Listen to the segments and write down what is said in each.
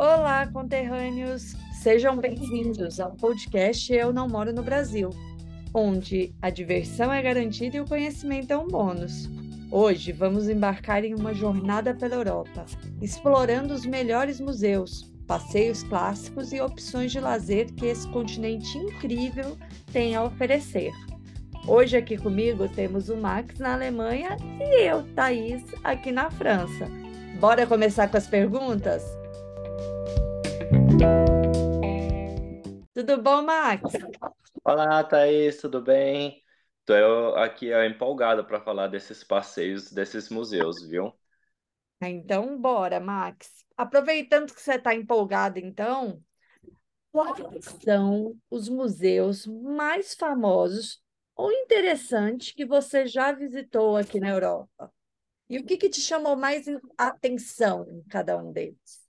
Olá, conterrâneos! Sejam bem-vindos ao podcast Eu Não Moro no Brasil, onde a diversão é garantida e o conhecimento é um bônus. Hoje vamos embarcar em uma jornada pela Europa, explorando os melhores museus, passeios clássicos e opções de lazer que esse continente incrível tem a oferecer. Hoje aqui comigo temos o Max na Alemanha e eu, Thaís, aqui na França. Bora começar com as perguntas? Tudo bom, Max? Olá, Thaís, tudo bem? Tô eu aqui empolgado para falar desses passeios, desses museus, viu? Então, bora, Max. Aproveitando que você está empolgado, então, quais são os museus mais famosos ou interessantes que você já visitou aqui na Europa? E o que que te chamou mais atenção em cada um deles?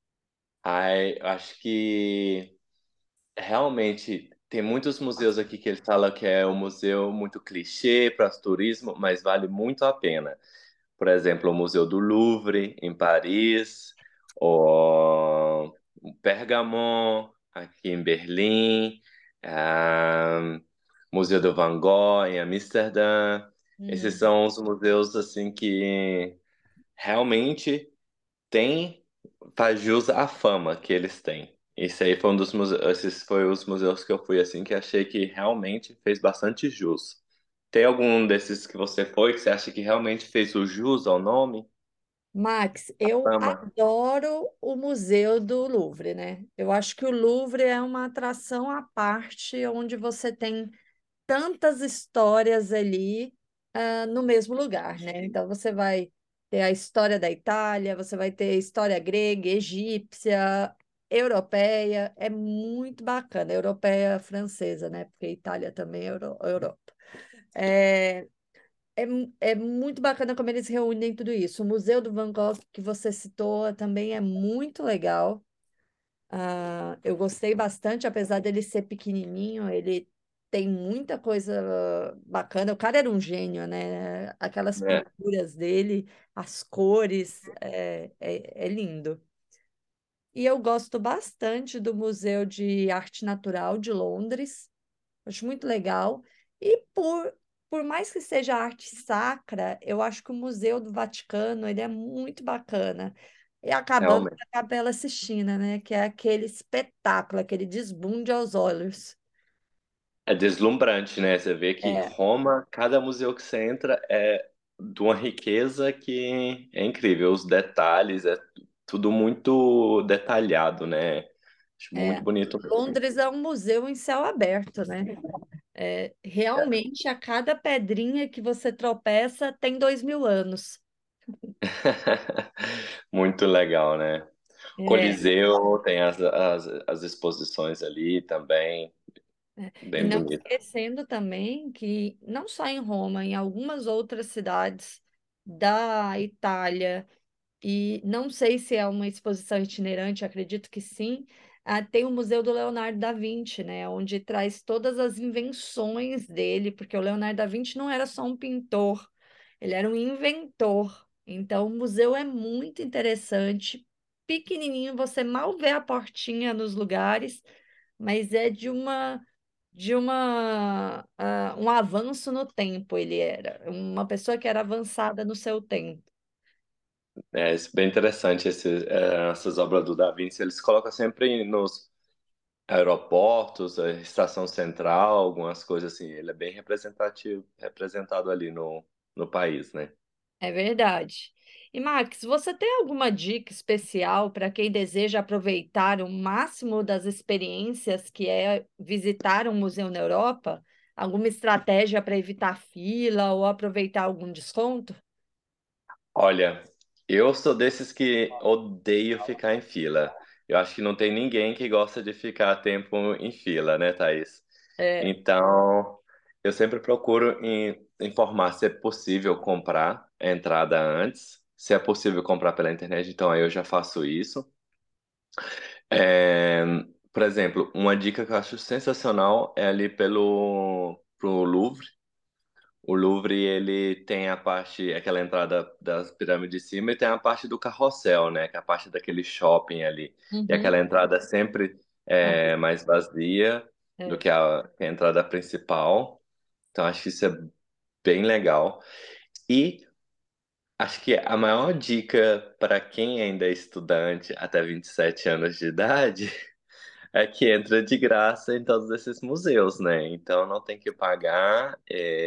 Ai, acho que realmente tem muitos museus aqui que ele fala que é um museu muito clichê para turismo, mas vale muito a pena. Por exemplo, o Museu do Louvre, em Paris, o Pergamon, aqui em Berlim, ah, Museu do Van Gogh, em Amsterdã. Esses Hum. são os museus assim que realmente têm, faz jus à fama que eles têm. Esse aí foi um dos museus, esses foi os museus que eu fui assim que achei que realmente fez bastante jus. Tem algum desses que você foi que você acha que realmente fez o jus ao nome? Max, eu Fama? adoro o Museu do Louvre, né? Eu acho que o Louvre é uma atração à parte, onde você tem tantas histórias ali, no mesmo lugar, né? Então você vai ter a história da Itália, você vai ter a história grega, egípcia, europeia, é muito bacana, europeia francesa, né? Porque Itália também é Europa. É, é muito bacana como eles reúnem tudo isso. O Museu do Van Gogh que você citou também é muito legal. Eu gostei bastante, apesar dele ser pequenininho, ele tem muita coisa bacana. O cara era um gênio, né? Aquelas É, pinturas dele, as cores, é lindo. E eu gosto bastante do Museu de Arte Natural de Londres, acho muito legal. E por mais que seja arte sacra, eu acho que o Museu do Vaticano ele é muito bacana. E acabando com realmente. a Capela Sistina, né? Que é aquele espetáculo, aquele desbunde aos olhos. É deslumbrante, né? Você vê que É, Roma, cada museu que você entra é de uma riqueza que é incrível. Os detalhes, é tudo muito detalhado, né? Acho muito é. bonito mesmo. Londres é um museu em céu aberto, né? Realmente, a cada pedrinha que você tropeça tem 2000 anos. Muito legal, né? É. Coliseu tem as exposições ali também, E bem não bonito. esquecendo também que, não só em Roma, em algumas outras cidades da Itália, e não sei se é uma exposição itinerante, acredito que sim, tem o Museu do Leonardo da Vinci, né, onde traz todas as invenções dele, porque o Leonardo da Vinci não era só um pintor, ele era um inventor. Então, o museu é muito interessante, pequenininho, você mal vê a portinha nos lugares, mas é um avanço no tempo, ele era uma pessoa que era avançada no seu tempo. É isso é bem interessante essas obras do Da Vinci. Eles colocam sempre nos aeroportos, a estação central, algumas coisas assim. Ele é bem representativo, representado ali no país, né? É verdade. E Max, você tem alguma dica especial para quem deseja aproveitar o máximo das experiências que é visitar um museu na Europa? Alguma estratégia para evitar fila ou aproveitar algum desconto? Olha, eu sou desses que odeio ficar em fila. Eu acho que não tem ninguém que gosta de ficar tempo em fila, né, Thaís? É, Então, eu sempre procuro informar se é possível comprar a entrada antes, se é possível comprar pela internet, então aí eu já faço isso. É, por exemplo, uma dica que eu acho sensacional é ali pro Louvre. o Louvre, ele tem a parte, aquela entrada das pirâmides de cima e tem a parte do carrossel, né? Que é a parte daquele shopping ali. E Uhum. aquela entrada sempre É, é mais vazia do é. que a entrada principal. Então, acho que isso é bem legal. E acho que a maior dica para quem ainda é estudante até 27 anos de idade é que entra de graça em todos esses museus, né? Então não tem que pagar.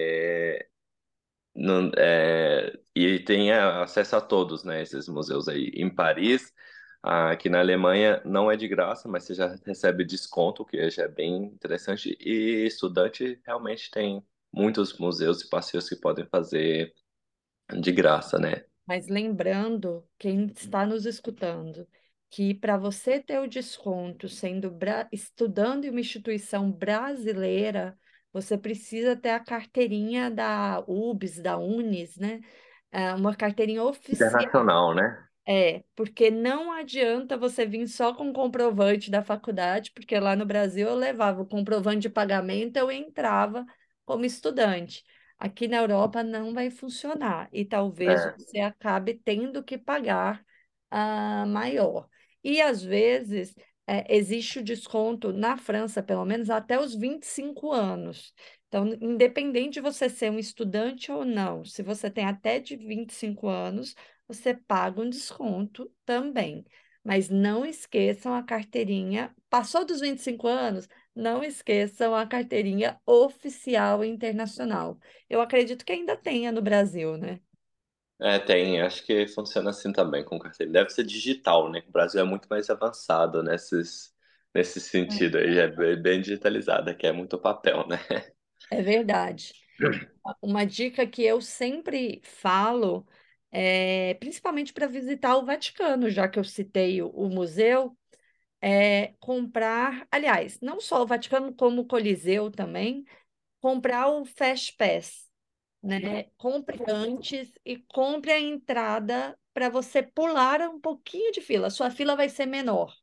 E tem acesso a todos, né, esses museus aí. Em Paris, aqui na Alemanha, não é de graça, mas você já recebe desconto, que já é bem interessante. E estudante realmente tem muitos museus e passeios que podem fazer de graça, né? Mas lembrando, quem está nos escutando, que para você ter o desconto sendo estudando em uma instituição brasileira, você precisa ter a carteirinha da UBS, da UNIS, né? Uma carteirinha oficial. Internacional, né? Porque não adianta você vir só com o comprovante da faculdade, porque lá no Brasil eu levava o comprovante de pagamento, eu entrava como estudante. Aqui na Europa não vai funcionar e talvez É. você acabe tendo que pagar maior. E às vezes existe o desconto na França, pelo menos até os 25 anos. Então, independente de você ser um estudante ou não, se você tem até de 25 anos, você paga um desconto também. Mas não esqueçam a carteirinha. Passou dos 25 anos, não esqueçam a carteirinha oficial internacional. Eu acredito que ainda tenha no Brasil, né? Tem, acho que funciona assim também com carteira. Deve ser digital, né? O Brasil é muito mais avançado nesse sentido aí, já é bem digitalizado, que é muito papel, né? É verdade. Uma dica que eu sempre falo, principalmente para visitar o Vaticano, já que eu citei o museu, é comprar, aliás, não só o Vaticano, como o Coliseu também, comprar o Fast Pass, né? Compre antes e compre a entrada para você pular um pouquinho de fila. Sua fila vai ser menor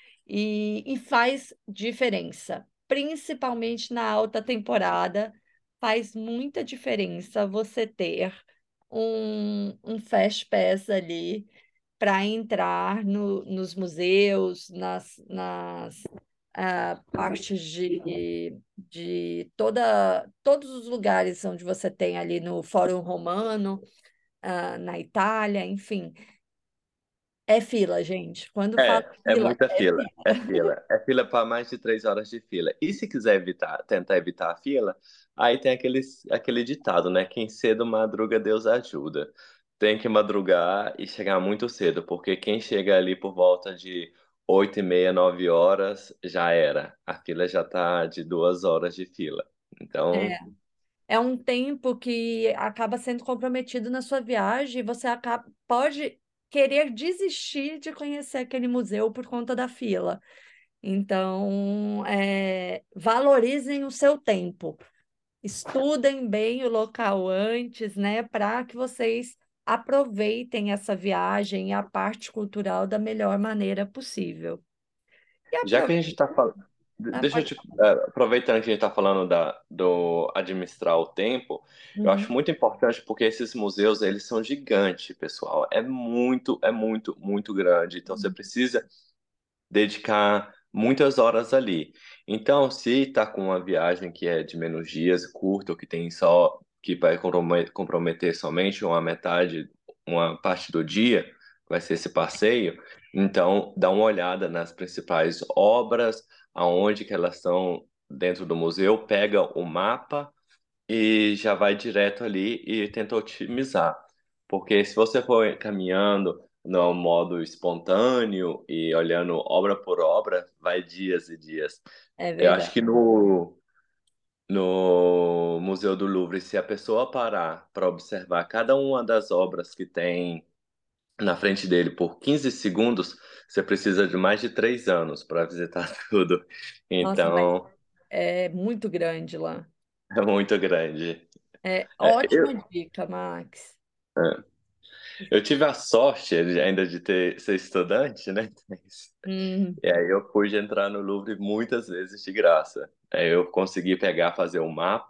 e faz diferença, principalmente na alta temporada. Faz muita diferença você ter um Fast Pass ali para entrar nos museus, nas partes de todos os lugares onde você tem ali no Fórum Romano, na Itália, enfim. É fila, gente. Quando fala É fila, muita é fila, fila. é fila, é fila para mais de 3 horas de fila. E se quiser tentar evitar a fila, aí tem aquele ditado, né? Quem cedo madruga, Deus ajuda. Tem que madrugar e chegar muito cedo, porque quem chega ali por volta de 8h30, 9 horas, já era. A fila já tá de 2 horas de fila. Então, É um tempo que acaba sendo comprometido na sua viagem, e você pode querer desistir de conhecer aquele museu por conta da fila. Então, valorizem o seu tempo. Estudem bem o local antes, né, para que vocês aproveitem essa viagem e a parte cultural da melhor maneira possível. E já que a gente aproveita, está falando. Deixa eu pode te. falar. Aproveitando que a gente está falando do administrar o tempo, eu Uhum. acho muito importante porque esses museus, eles são gigantes, pessoal. É muito, muito grande. Então você precisa dedicar muitas horas ali. Então, se está com uma viagem que é de menos dias, curta, ou que tem só que vai comprometer somente uma metade, uma parte do dia, vai ser esse passeio. Então, dá uma olhada nas principais obras, aonde que elas estão dentro do museu, pega o mapa e já vai direto ali e tenta otimizar. Porque se você for caminhando no modo espontâneo e olhando obra por obra, vai dias e dias. É Eu acho verdade. que no Museu do Louvre, se a pessoa parar para observar cada uma das obras que tem na frente dele por 15 segundos, você precisa de mais de 3 anos para visitar tudo. Nossa, mas Então, é muito grande lá. é muito grande. Ótima Eu, dica, Max. Eu tive a sorte ainda de ser estudante, né? Hum, E aí eu pude entrar no Louvre muitas vezes de graça. Aí eu consegui pegar, fazer um mapa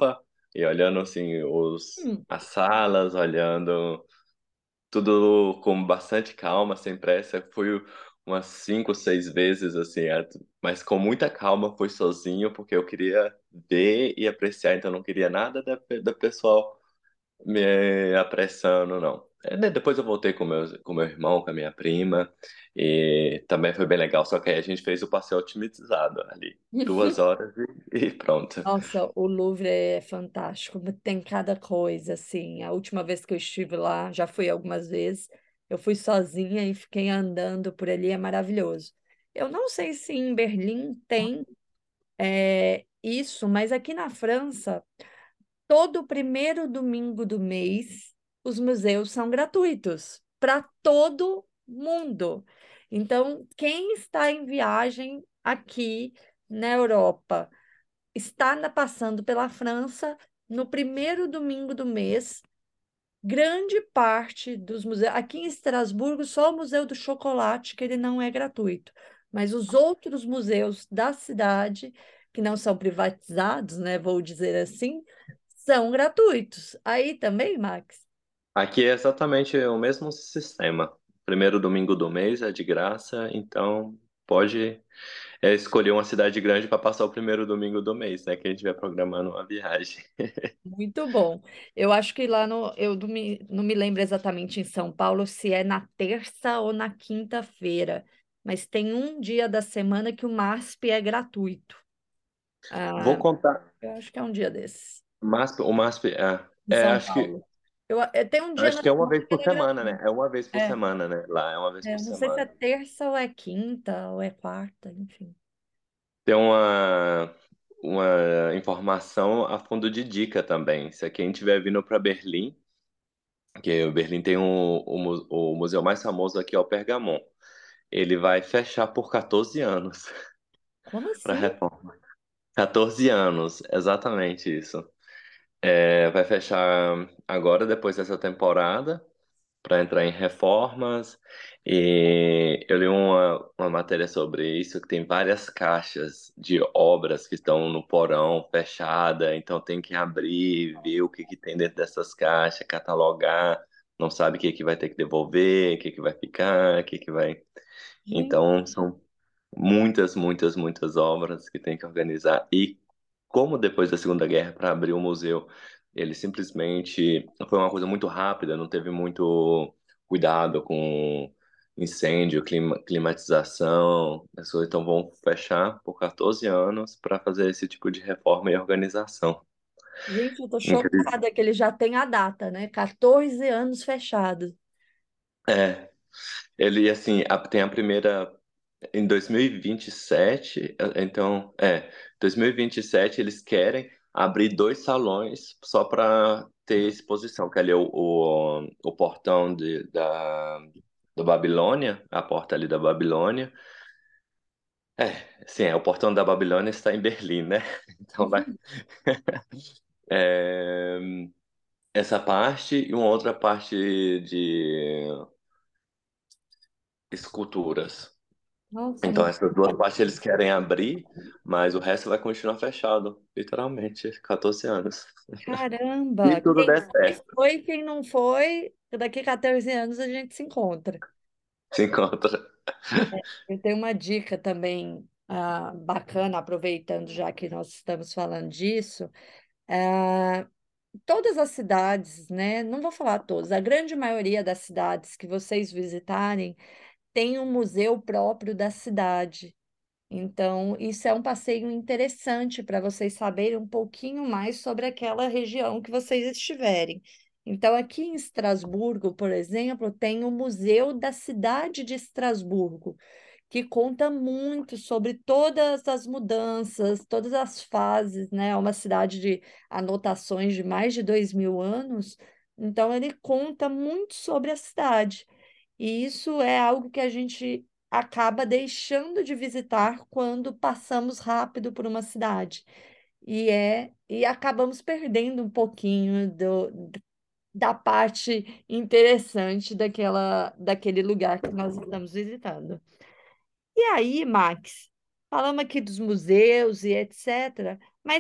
E olhando assim Hum. as salas, olhando tudo com bastante calma, sem pressa. Fui umas 5, 6 vezes assim, mas com muita calma. Fui sozinho porque eu queria ver e apreciar, então não queria nada da pessoal me apressando, não. Né, depois eu voltei com meu irmão, com a minha prima, e também foi bem legal. Só que aí a gente fez o passeio otimizado ali, 2 horas e pronto. Nossa, o Louvre é fantástico, tem cada coisa, assim. A última vez que eu estive lá, já fui algumas vezes, eu fui sozinha e fiquei andando por ali, é maravilhoso. Eu não sei se em Berlim tem isso, mas aqui na França, todo primeiro domingo do mês, os museus são gratuitos para todo mundo. Então, quem está em viagem aqui na Europa, passando pela França, no primeiro domingo do mês, grande parte dos museus. Aqui em Estrasburgo, só o Museu do Chocolate, que ele não é gratuito. Mas os outros museus da cidade, que não são privatizados, né, vou dizer assim, são gratuitos. Aí também, Max? Aqui é exatamente o mesmo sistema. Primeiro domingo do mês é de graça, então pode escolher uma cidade grande para passar o primeiro domingo do mês, né? Que a gente vai programando uma viagem. Muito bom. Eu acho que lá no. Eu não me lembro exatamente em São Paulo se é na terça ou na quinta-feira, mas tem um dia da semana que o MASP é gratuito. Vou Ah, contar. eu acho que é um dia desses, O MASP, em São acho que Paulo. Tem um dia acho na que é uma semana vez que por ele é semana, né? gratuito. É uma vez por É, semana, né? Lá é uma vez por não sei se é semana. terça ou é quinta ou é quarta, enfim. Tem uma informação a fundo de dica também. Se quem estiver vindo para Berlim, que o Berlim tem o museu mais famoso aqui, é o Pergamon. Ele vai fechar por 14 anos Como para assim? reforma. 14 anos, exatamente isso. Vai fechar agora, depois dessa temporada, para entrar em reformas. E eu li uma matéria sobre isso, que tem várias caixas de obras que estão no porão, fechada, então tem que abrir, ver o que que tem dentro dessas caixas, catalogar, não sabe o que que vai ter que devolver, o que que vai ficar, o que que vai. Então Gente, são muitas, muitas, muitas obras que tem que organizar. E como depois da Segunda Guerra, para abrir o museu, ele simplesmente foi uma coisa muito rápida, não teve muito cuidado com incêndio, climatização, as coisas, então vão fechar por 14 anos para fazer esse tipo de reforma e organização. gente, eu tô Incrível. chocada que ele já tem a data, né? 14 anos fechado. É, ele assim, tem a primeira em 2027, então, 2027 eles querem abrir 2 salões só para ter exposição, que ali é o portão da Babilônia, a porta ali da Babilônia. Sim, o portão da Babilônia está em Berlim, né? Então vai. É, essa parte e uma outra parte de esculturas. Nossa, Então, mas essas duas partes eles querem abrir, mas o resto vai continuar fechado, literalmente, 14 anos. Se caramba! tudo Quem der foi, certo, foi, quem não foi, daqui a 14 anos a gente se encontra. se encontra. Eu tenho uma dica também bacana, aproveitando já que nós estamos falando disso. Ah, todas as cidades, né? Não vou falar todas, a grande maioria das cidades que vocês visitarem tem um museu próprio da cidade. Então, isso é um passeio interessante para vocês saberem um pouquinho mais sobre aquela região que vocês estiverem. Então, aqui em Estrasburgo, por exemplo, tem o Museu da Cidade de Estrasburgo, que conta muito sobre todas as mudanças, todas as fases, né? É uma cidade de anotações de mais de 2000 anos, então ele conta muito sobre a cidade. E isso é algo que a gente acaba deixando de visitar quando passamos rápido por uma cidade. E acabamos perdendo um pouquinho da parte interessante daquele lugar que nós estamos visitando. E aí, Max, falamos aqui dos museus e etc., mas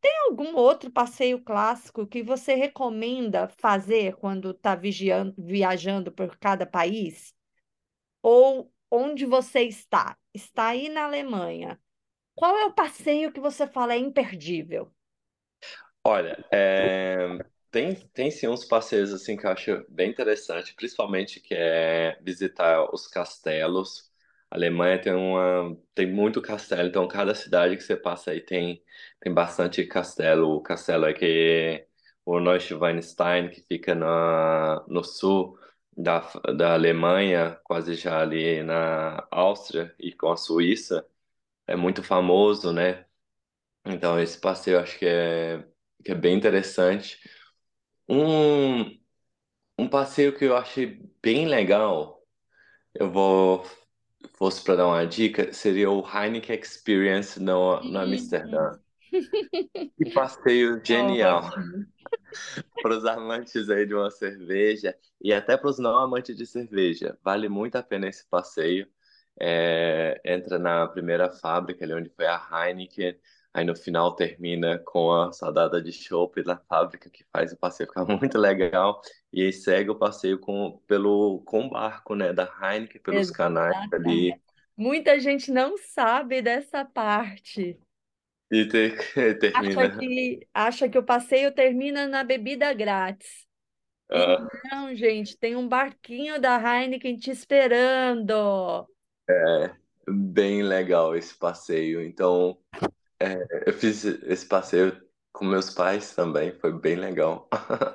Algum outro passeio clássico que você recomenda fazer quando está viajando por cada país? Ou onde você está? Está aí na Alemanha. Qual é o passeio que você fala é imperdível? Olha, tem sim uns passeios assim que eu acho bem interessante, principalmente que é visitar os castelos. A Alemanha tem muito castelo, então cada cidade que você passa aí tem bastante castelo. O castelo aqui, o Neuschwanstein, que fica no sul da Alemanha, quase já ali na Áustria e com a Suíça, é muito famoso, né? Então, esse passeio eu acho que é bem interessante. Um, um passeio que eu achei bem legal, eu vou, fosse para dar uma dica, seria o Heineken Experience no Amsterdã. Hum, Que passeio genial! ótimo. Para os amantes aí de uma cerveja e até para os não amantes de cerveja, vale muito a pena esse passeio. Entra na primeira fábrica, ali onde foi a Heineken, aí no final termina com a saudada de chopp da fábrica, que faz o passeio ficar muito legal, e aí segue o passeio com o barco, né, da Heineken, pelos canais Exatamente. ali, Muita gente não sabe dessa parte. e Acha termina. que, acha que o passeio termina na bebida grátis. E ah, não, gente, tem um barquinho da Heineken te esperando. Bem legal esse passeio. Então, eu fiz esse passeio com meus pais também, foi bem legal.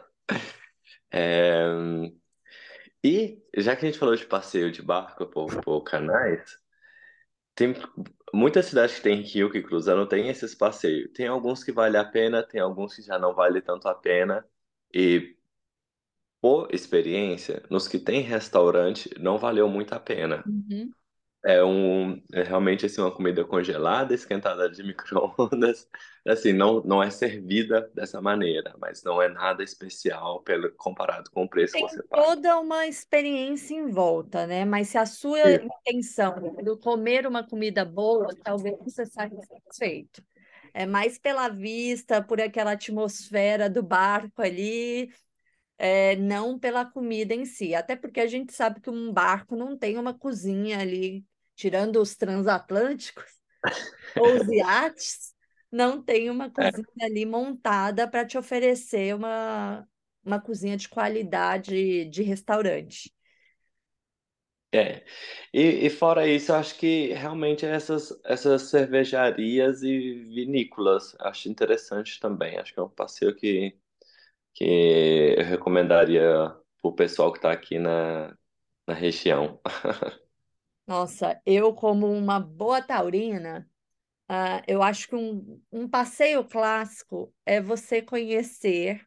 É, e já que a gente falou de passeio de barco por canais, tem muitas cidades que tem rio que cruza, não tem esses passeios. Tem alguns que vale a pena, tem alguns que já não vale tanto a pena. E por experiência, nos que tem restaurante, não valeu muito a pena. Uhum. É realmente assim uma comida congelada, esquentada de micro-ondas. Assim, não é servida dessa maneira, mas não é nada especial comparado com o preço que Tem você paga. toda uma experiência em volta, né? Mas se a sua Isso. intenção é comer uma comida boa, talvez você saia satisfeito. É mais pela vista, por aquela atmosfera do barco ali, não pela comida em si. Até porque a gente sabe que um barco não tem uma cozinha ali, tirando os transatlânticos ou os iates, não tem uma cozinha ali montada para te oferecer uma cozinha de qualidade de restaurante. É. E fora isso, eu acho que realmente essas cervejarias e vinícolas, acho interessante também. Acho que é um passeio que eu recomendaria pro pessoal que está aqui na região. Nossa, eu como uma boa taurina, eu acho que um passeio clássico é você conhecer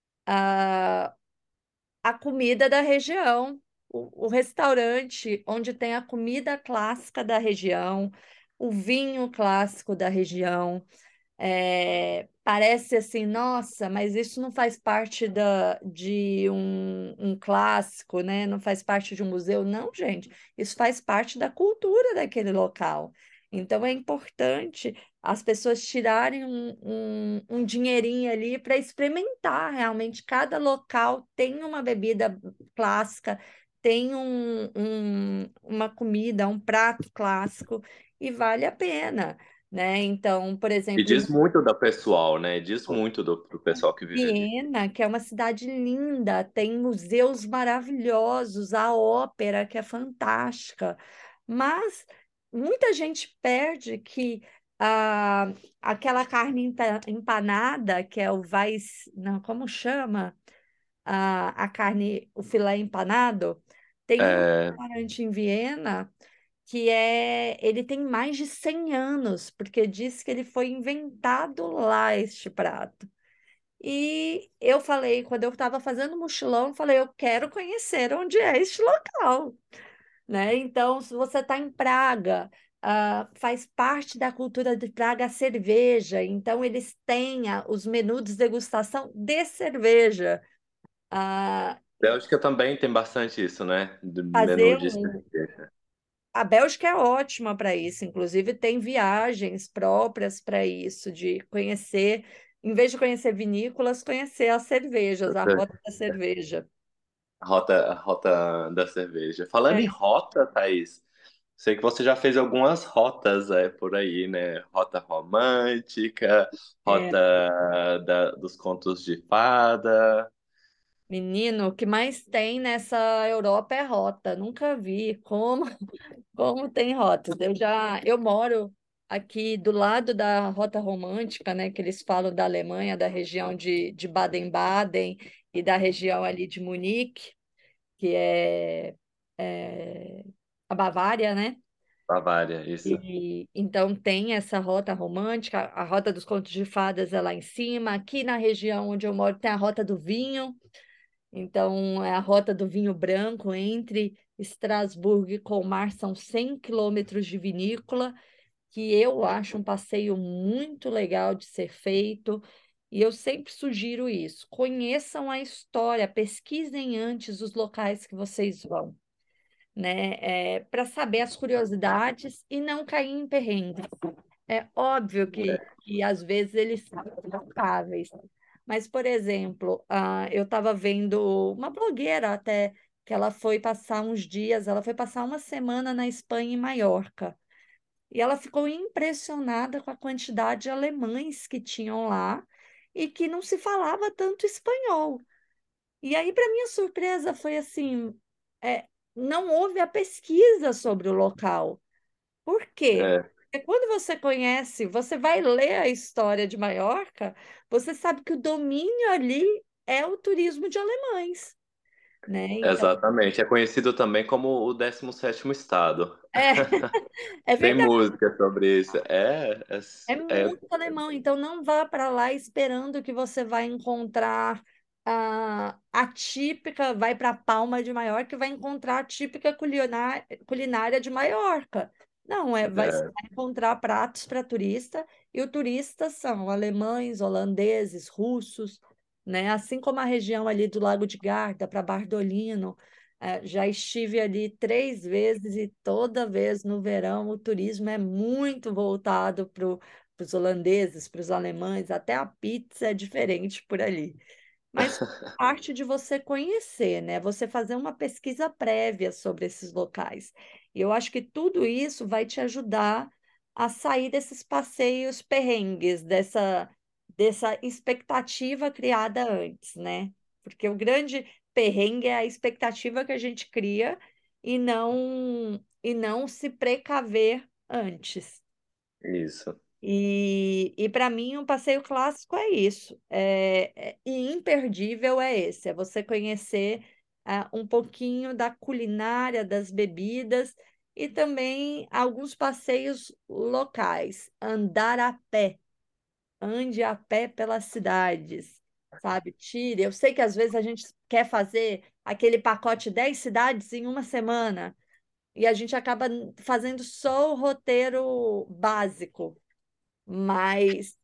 a comida da região, o restaurante onde tem a comida clássica da região, o vinho clássico da região. Parece assim, nossa, mas isso não faz parte de um clássico, né? Não faz parte de um museu. Não, gente, isso faz parte da cultura daquele local. Então é importante as pessoas tirarem um dinheirinho ali para experimentar realmente. Cada local tem uma bebida clássica, tem uma comida, um prato clássico, e vale a pena, né? Então, por E exemplo, diz muito do pessoal, né? Diz muito do pessoal que vive ali. Viena, que é uma cidade linda, tem museus maravilhosos, a ópera, que é fantástica, mas muita gente perde que ah, aquela carne empanada, que é o Weiss, não, como chama? A carne, o filé empanado, tem um É, restaurante em Viena ele tem mais de 100 anos, porque diz que ele foi inventado lá, este prato. E eu falei, quando eu estava fazendo mochilão, eu falei, eu quero conhecer onde é este local, né? Então, se você está em Praga, faz parte da cultura de Praga a cerveja. Então, eles têm os menus de degustação de cerveja. E Bélgica também tem bastante isso, né? Do menu fazer de cerveja. A Bélgica é ótima para isso, inclusive tem viagens próprias para isso, de conhecer. em vez de conhecer vinícolas, conhecer as cervejas, a rota da cerveja. A rota da cerveja. Falando em É, rota, Thaís, sei que você já fez algumas rotas por aí, né? Rota romântica, é, rota dos contos de fada. menino, o que mais tem nessa Europa é rota. Nunca vi como tem rotas. Eu moro aqui do lado da rota romântica, né? Que eles falam da Alemanha, da região de Baden-Baden e da região ali de Munique, que é a Bavária, né? Bavária, isso. E então tem essa rota romântica, a rota dos contos de fadas é lá em cima. Aqui na região onde eu moro tem a rota do vinho. Então é a rota do vinho branco entre Estrasburgo e Colmar, são 100 quilômetros de vinícola, que eu acho um passeio muito legal de ser feito. E eu sempre sugiro isso. Conheçam a história, pesquisem antes os locais que vocês vão, né? Para saber as curiosidades e não cair em perrengue. É óbvio que às vezes eles são locáveis, mas, por exemplo, eu estava vendo uma blogueira até que ela foi passar uns dias, ela foi passar uma semana na Espanha, em Maiorca, e ela ficou impressionada com a quantidade de alemães que tinham lá e que não se falava tanto espanhol. E aí, para minha surpresa, foi assim, não houve a pesquisa sobre o local. Por quê? É, Porque quando você conhece, você vai ler a história de Maiorca, você sabe que o domínio ali é o turismo de alemães, né? Então, exatamente. É conhecido também como o 17º estado. é, é Tem verdade. música sobre isso. É É, muito alemão, então não vá para lá esperando que você vai encontrar a típica, vai para Palma de Maiorca e vai encontrar a típica culinária de Maiorca. Não, você é, vai encontrar pratos para turista, e os turistas são alemães, holandeses, russos, né? Assim como a região ali do Lago de Garda para Bardolino. Já estive ali 3 vezes e toda vez no verão o turismo é muito voltado para os holandeses, para os alemães, até a pizza é diferente por ali. Mas parte de você conhecer, né? Você fazer uma pesquisa prévia sobre esses locais. E eu acho que tudo isso vai te ajudar a sair desses passeios perrengues, dessa expectativa criada antes, né? Porque o grande perrengue é a expectativa que a gente cria e não se precaver antes. isso. E para mim, um passeio clássico é isso. E imperdível é esse: é você conhecer um pouquinho da culinária, das bebidas e também alguns passeios locais. Andar a pé, ande a pé pelas cidades, sabe? Tire. Eu sei que às vezes a gente quer fazer aquele pacote 10 cidades em uma semana e a gente acaba fazendo só o roteiro básico, mas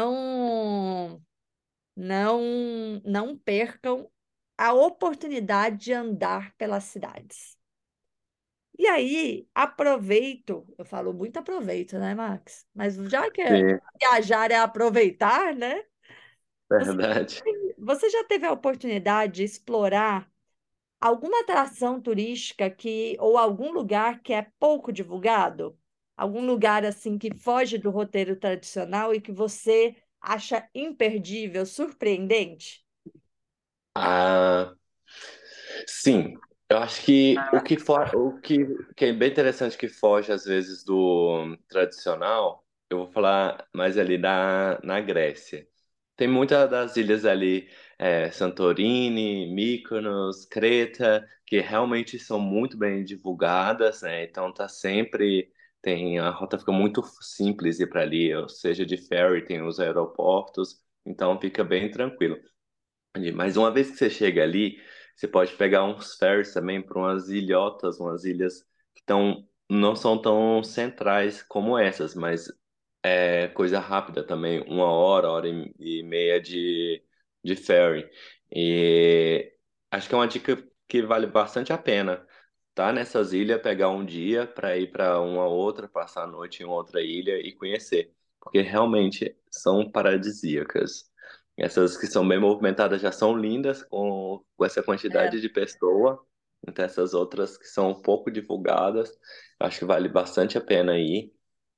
não percam a oportunidade de andar pelas cidades. E aí, aproveito, eu falo muito aproveito, né, Max? Mas já que Sim, viajar é aproveitar, né? Você, verdade. você já teve a oportunidade de explorar alguma atração turística ou algum lugar que é pouco divulgado? Algum lugar assim que foge do roteiro tradicional e que você acha imperdível, surpreendente? Ah, sim, eu acho que o que é bem interessante que foge às vezes do tradicional, eu vou falar mais ali na Grécia. Tem muitas das ilhas ali, Santorini, Mykonos, Creta, que realmente são muito bem divulgadas, né? Então a rota fica muito simples ir para ali, ou seja, de ferry tem os aeroportos, então fica bem tranquilo. Mas uma vez que você chega ali, você pode pegar uns ferries também para umas ilhotas, umas ilhas que não são tão centrais como essas, mas é coisa rápida também, 1 hora, hora e meia de ferry. E acho que é uma dica que vale bastante a pena. Tá nessas ilhas, pegar um dia para ir para uma outra, passar a noite em outra ilha e conhecer, porque realmente são paradisíacas. Essas que são bem movimentadas já são lindas com essa É, quantidade de pessoa. Então essas outras que são um pouco divulgadas, eu acho que vale bastante a pena ir.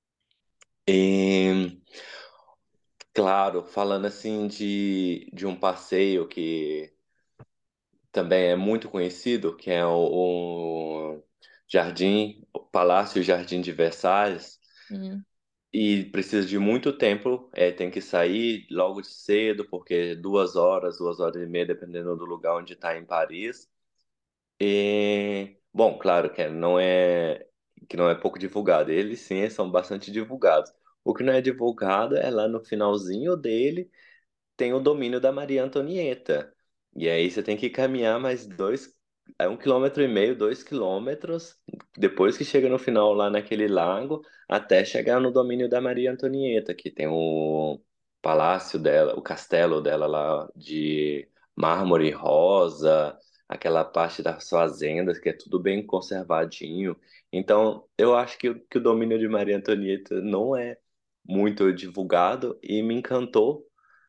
E, claro, falando assim de um passeio que também é muito conhecido, que é o Jardim, o Palácio Jardim de Versalhes. hum, E precisa de muito tempo, tem que sair logo de cedo, porque 2 horas, 2 horas e meia, dependendo do lugar onde está em Paris. E, bom, claro que não é pouco divulgado. Eles sim são bastante divulgados. O que não é divulgado é lá no finalzinho dele tem o domínio da Maria Antonieta. E aí você tem que caminhar mais 1,5 km, 2 km, depois que chega no final lá naquele lago, até chegar no domínio da Maria Antonieta, que tem o palácio dela, o castelo dela lá de mármore rosa, aquela parte das fazendas que é tudo bem conservadinho. Então, eu acho que o domínio de Maria Antonieta não é muito divulgado e me encantou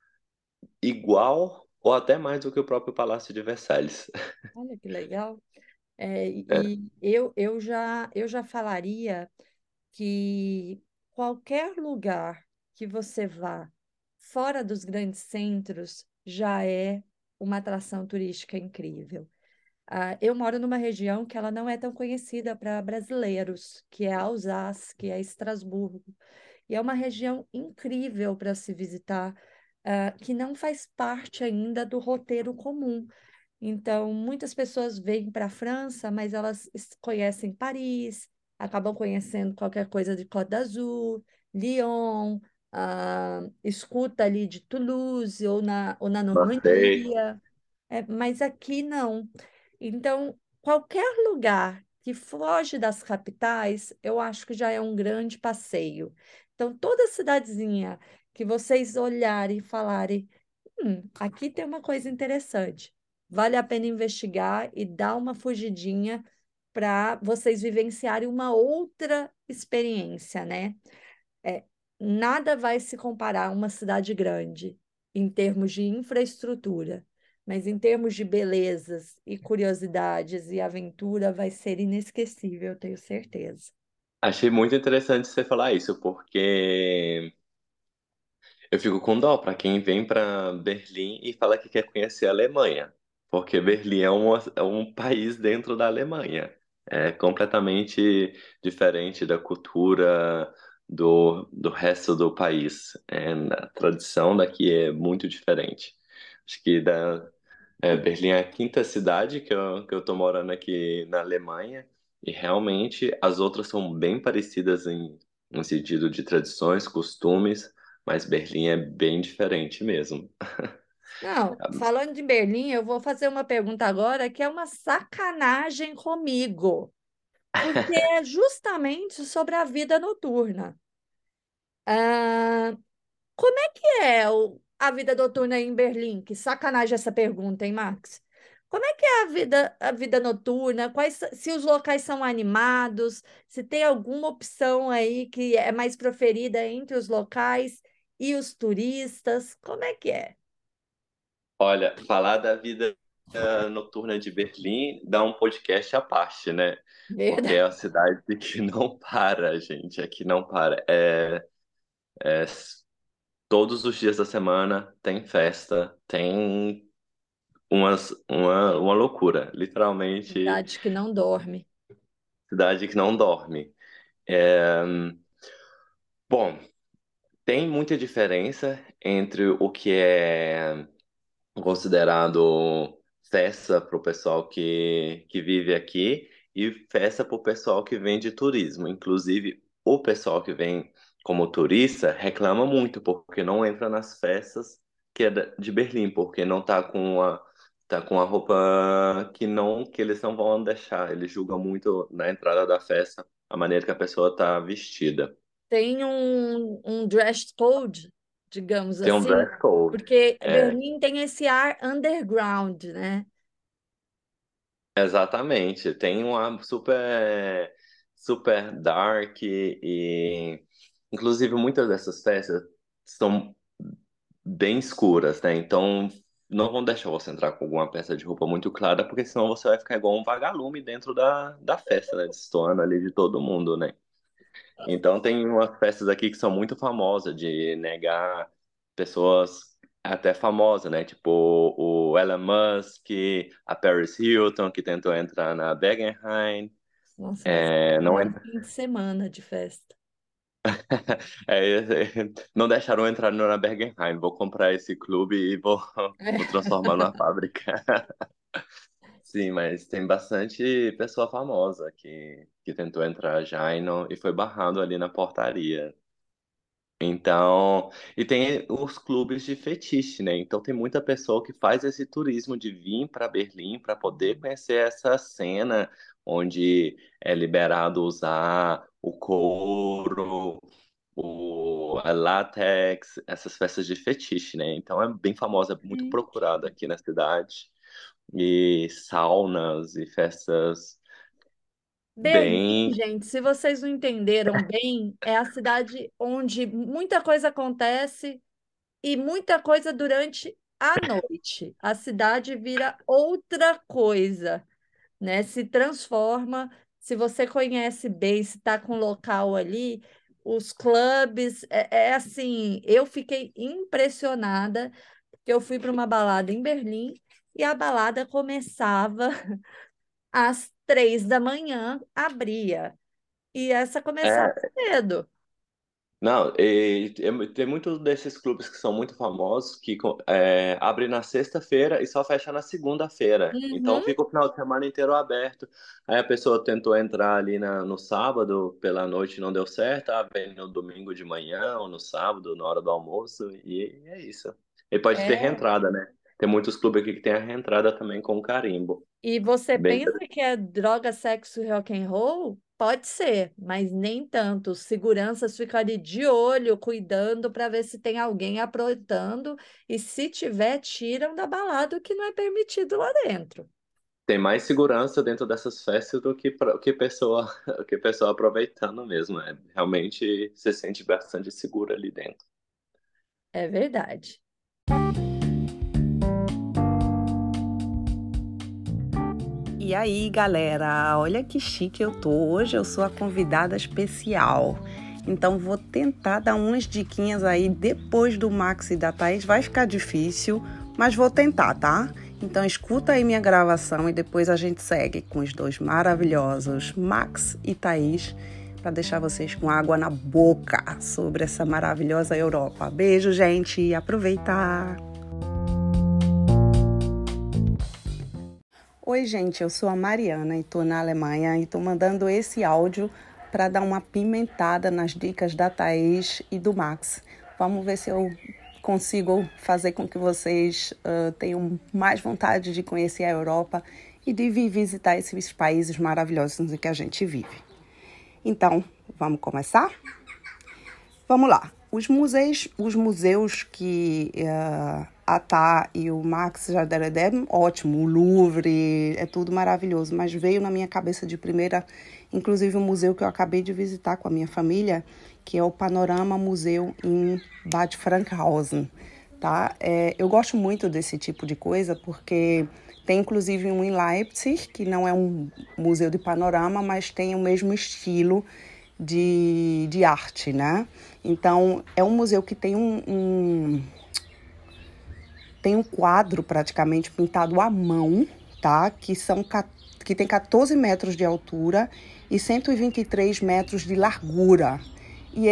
igual ou até mais do que o próprio Palácio de Versalhes. olha que legal. É, É. e eu já falaria que qualquer lugar que você vá fora dos grandes centros já é uma atração turística incrível. Eu moro numa região que ela não é tão conhecida para brasileiros, que é Alsácia, que é Estrasburgo. E é uma região incrível para se visitar, que não faz parte ainda do roteiro comum. Então, muitas pessoas vêm para a França, mas elas conhecem Paris, acabam conhecendo qualquer coisa de Côte d'Azur, Lyon, escuta ali de Toulouse ou na Marseille. Normandia. Mas aqui não. Então, qualquer lugar que foge das capitais, eu acho que já é um grande passeio. Então, toda cidadezinha que vocês olharem e falarem, aqui tem uma coisa interessante, vale a pena investigar e dar uma fugidinha para vocês vivenciarem uma outra experiência, né? É, nada vai se comparar a uma cidade grande em termos de infraestrutura, mas em termos de belezas e curiosidades e aventura vai ser inesquecível, eu tenho certeza. Achei muito interessante você falar isso, porque eu fico com dó para quem vem para Berlim e fala que quer conhecer a Alemanha, porque Berlim é um país dentro da Alemanha. É completamente diferente da cultura do resto do país. A tradição daqui é muito diferente. Acho que Berlim é a quinta cidade que eu tô morando aqui na Alemanha, e realmente as outras são bem parecidas no sentido de tradições, costumes, mas Berlim é bem diferente mesmo. Não, falando de Berlim, eu vou fazer uma pergunta agora que é uma sacanagem comigo, porque é justamente sobre a vida noturna. Ah, como é que é a vida noturna em Berlim? Que sacanagem essa pergunta, hein, Max? Como é que é a vida noturna? Se os locais são animados? Se tem alguma opção aí que é mais preferida entre os locais e os turistas? Como é que é? Olha, falar da vida noturna de Berlim dá um podcast à parte, né? Porque é Verdade. a cidade que não para, gente, aqui não para. É todos os dias da semana tem festa, tem uma loucura, literalmente, Cidade que não dorme. cidade que não dorme. É, bom, tem muita diferença entre o que é considerado festa para o pessoal que vive aqui e festa para o pessoal que vem de turismo. Inclusive, o pessoal que vem como turista reclama muito porque não entra nas festas que é de Berlim, porque não tá com a roupa que eles não vão deixar. Eles julgam muito na entrada da festa a maneira que a pessoa tá vestida. Tem um dress code, digamos Tem um assim, dress code. porque É, Berlim tem esse ar underground, né? exatamente, tem uma super dark e inclusive muitas dessas festas são bem escuras, né? Então não vão deixar você entrar com alguma peça de roupa muito clara, porque senão você vai ficar igual um vagalume dentro da festa, né? Destoando ali de todo mundo, né? Então tem umas festas aqui que são muito famosas de negar pessoas até famosas, né? Tipo o Elon Musk, a Paris Hilton, que tentou entrar na Guggenheim. Nossa, mas É, não, era fim de semana de festa. não deixaram eu entrar na Guggenheim. Vou comprar esse clube e vou, vou transformar numa fábrica. Sim, mas tem bastante pessoa famosa que tentou entrar já e foi barrado ali na portaria. Então, e tem os clubes de fetiche, né? Então tem muita pessoa que faz esse turismo de vir para Berlim para poder conhecer essa cena onde é liberado usar o couro, a látex, essas festas de fetiche, né? Então é bem famosa, é muito Gente. procurada aqui na cidade. E saunas e festas Berlim, bem. gente, se vocês não entenderam bem, é a cidade onde muita coisa acontece e muita coisa durante a noite. A cidade vira outra coisa, né? Se transforma. Se você conhece bem, se está com o local ali, os clubes, é assim, eu fiquei impressionada, porque eu fui para uma balada em Berlim e a balada começava às 3 da manhã, abria. E essa começava É, cedo. não, tem muitos desses clubes que são muito famosos que abrem na sexta-feira e só fecha na segunda-feira. Então Uhum, fica o final de semana inteiro aberto. Aí a pessoa tentou entrar ali no sábado pela noite, não deu certo, vem no domingo de manhã ou no sábado, na hora do almoço, e é isso. E pode ter é. reentrada, né? Tem muitos clubes aqui que tem a reentrada também com carimbo. E você Bem pensa que é droga, sexo e rock and roll? Pode ser, mas nem tanto. Os seguranças ficam ali de olho, cuidando para ver se tem alguém aprontando. E se tiver, tiram da balada o que não é permitido lá dentro. Tem mais segurança dentro dessas festas do que pessoa que pessoa aproveitando mesmo. Realmente se sente bastante seguro ali dentro. É verdade. E aí, galera, olha que chique eu tô. Hoje eu sou a convidada especial. Então vou tentar dar umas diquinhas aí depois do Max e da Thaís. Vai ficar difícil, mas vou tentar, tá? Então escuta aí minha gravação e depois a gente segue com os dois maravilhosos, Max e Thaís, para deixar vocês com água na boca sobre essa maravilhosa Europa. Beijo, gente, aproveita! Oi, gente, eu sou a Mariana e tô na Alemanha e tô mandando esse áudio para dar uma pimentada nas dicas da Thaís e do Max. Vamos ver se eu consigo fazer com que vocês tenham mais vontade de conhecer a Europa e de vir visitar esses países maravilhosos em que a gente vive. Então, vamos começar? Vamos lá. Os museus que a Tá e o Max já deram ideia, ótimo. O Louvre, é tudo maravilhoso. Mas veio na minha cabeça de primeira, inclusive um museu que eu acabei de visitar com a minha família, que é o Panorama Museu em Bad Frankhausen. Tá? Eu gosto muito desse tipo de coisa porque tem inclusive um em Leipzig, que não é um museu de panorama, mas tem o mesmo estilo de arte, né? Então, é um museu que tem tem um quadro praticamente pintado à mão, tá? Que tem 14 metros de altura e 123 metros de largura. E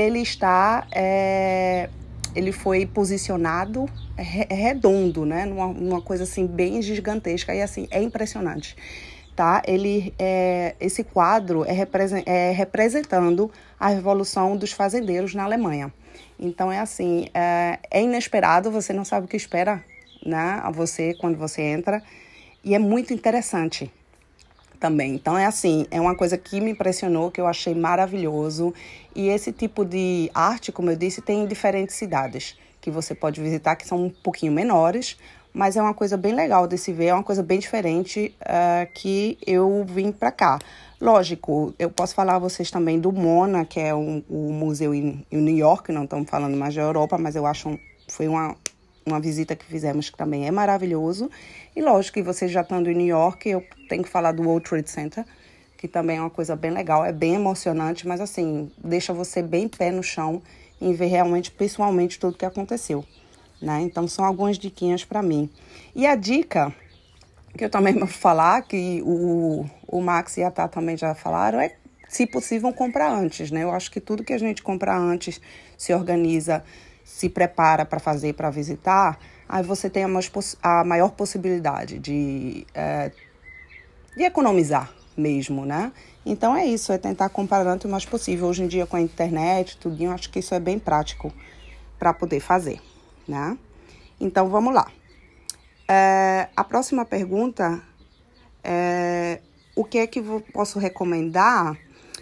ele foi posicionado redondo, né? Numa coisa assim bem gigantesca e assim é impressionante. Tá? Esse quadro é representando a Revolução dos Fazendeiros na Alemanha. Então, é inesperado, você não sabe o que espera, né, a você quando você entra, e é muito interessante também. Então, é uma coisa que me impressionou, que eu achei maravilhoso, e esse tipo de arte, como eu disse, tem em diferentes cidades que você pode visitar, que são um pouquinho menores, mas é uma coisa bem legal de se ver, é uma coisa bem diferente que eu vim para cá. Lógico, eu posso falar a vocês também do MoMA, que é o museu em New York, não estamos falando mais da Europa, mas eu acho foi uma visita que fizemos que também é maravilhoso. E lógico que você já estando em New York, eu tenho que falar do World Trade Center, que também é uma coisa bem legal, é bem emocionante, mas assim, deixa você bem pé no chão em ver realmente, pessoalmente, tudo que aconteceu, né? Então, são algumas diquinhas para mim. E a dica que eu também vou falar, que o Max e a Tá também já falaram, é, se possível, comprar antes, né? Eu acho que tudo que a gente compra antes, se organiza, se prepara para fazer, para visitar, aí você tem a maior possibilidade de economizar mesmo, né? Então é isso, é tentar comprar antes o mais possível. Hoje em dia, com a internet, tudinho, acho que isso é bem prático para poder fazer, né? Então, vamos lá. A próxima pergunta é o que é que eu posso recomendar?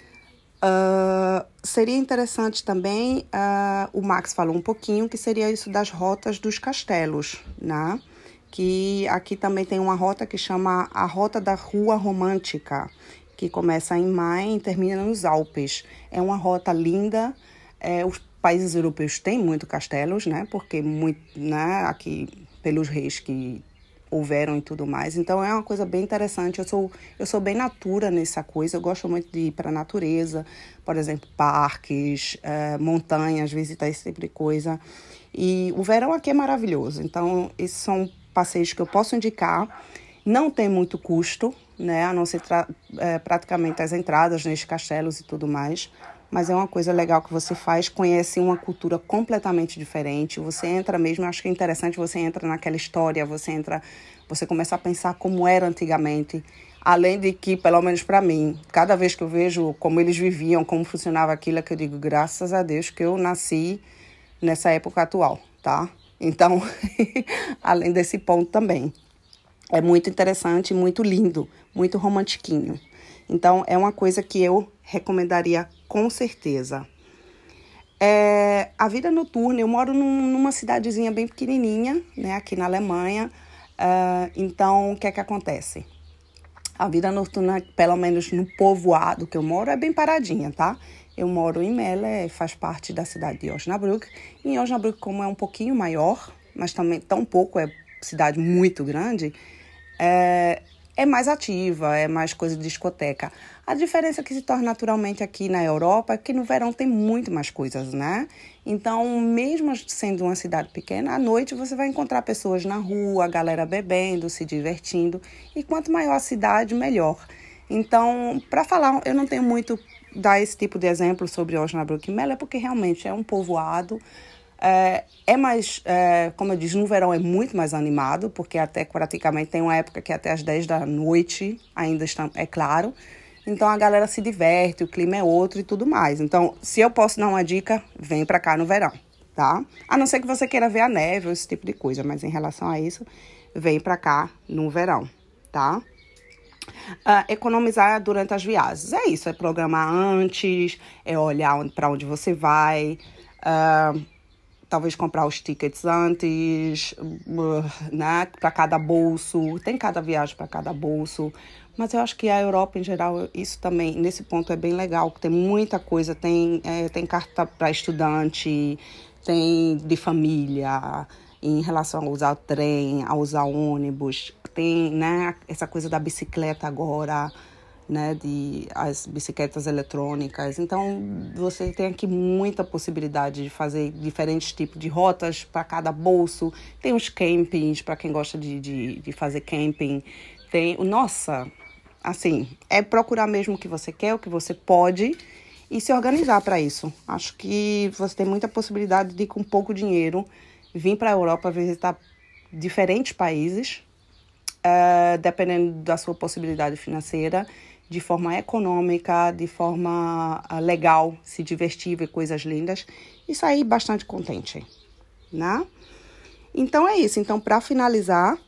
Seria interessante também, o Max falou um pouquinho, que seria isso das rotas dos castelos, né? Que aqui também tem uma rota que chama a Rota da Rua Romântica, que começa em Main e termina nos Alpes. É uma rota linda. Os países europeus têm muito castelos, né? Porque muito, né? Aqui pelos reis que houveram e tudo mais. Então é uma coisa bem interessante. Eu sou bem natura nessa coisa. Eu gosto muito de ir para a natureza, por exemplo, parques, montanhas, visitar esse tipo de coisa. E o verão aqui é maravilhoso. Então esses são passeios que eu posso indicar. Não tem muito custo, né? A não ser praticamente as entradas nesses castelos e tudo mais. Mas é uma coisa legal que você faz, conhece uma cultura completamente diferente. Você entra mesmo, eu acho que é interessante, você entra naquela história, você começa a pensar como era antigamente. Além de que, pelo menos para mim, cada vez que eu vejo como eles viviam, como funcionava aquilo, é que eu digo, graças a Deus que eu nasci nessa época atual, tá? Então, além desse ponto também. É muito interessante, muito lindo, muito romantiquinho. Então, é uma coisa que eu recomendaria com certeza. A vida noturna, eu moro numa cidadezinha bem pequenininha, né, aqui na Alemanha. Então, o que é que acontece? A vida noturna, pelo menos no povoado que eu moro, é bem paradinha, tá? Eu moro em Melle, faz parte da cidade de Osnabrück. Em Osnabrück, como é um pouquinho maior, mas também tão pouco, é cidade muito grande, é mais ativa, é mais coisa de discoteca. A diferença que se torna naturalmente aqui na Europa é que no verão tem muito mais coisas, né? Então, mesmo sendo uma cidade pequena, à noite você vai encontrar pessoas na rua, a galera bebendo, se divertindo. E quanto maior a cidade, melhor. Então, para falar, eu não tenho muito dar esse tipo de exemplo sobre Osnabrück e Melle, porque realmente é um povoado. Como eu disse, no verão é muito mais animado, porque até praticamente tem uma época que até às 10 da noite ainda é claro. Então a galera se diverte, o clima é outro e tudo mais. Então, se eu posso dar uma dica, vem pra cá no verão, tá? A não ser que você queira ver a neve ou esse tipo de coisa, mas em relação a isso, vem pra cá no verão, tá? Economizar durante as viagens. É isso, é programar antes, é olhar para onde você vai, talvez comprar os tickets antes, né, para cada bolso. Tem cada viagem para cada bolso. Mas eu acho que a Europa, em geral, isso também, nesse ponto, é bem legal, que tem muita coisa. Tem carta para estudante, tem de família, em relação a usar o trem, a usar ônibus. Tem, né, essa coisa da bicicleta agora, né, as bicicletas eletrônicas. Então, você tem aqui muita possibilidade de fazer diferentes tipos de rotas para cada bolso. Tem os campings, para quem gosta de fazer camping. Nossa, assim, é procurar mesmo o que você quer, o que você pode e se organizar para isso. Acho que você tem muita possibilidade de, com pouco dinheiro, vir para a Europa visitar diferentes países, dependendo da sua possibilidade financeira, de forma econômica, de forma legal, se divertir, ver coisas lindas e sair bastante contente, né? Então é isso. Então, para finalizar,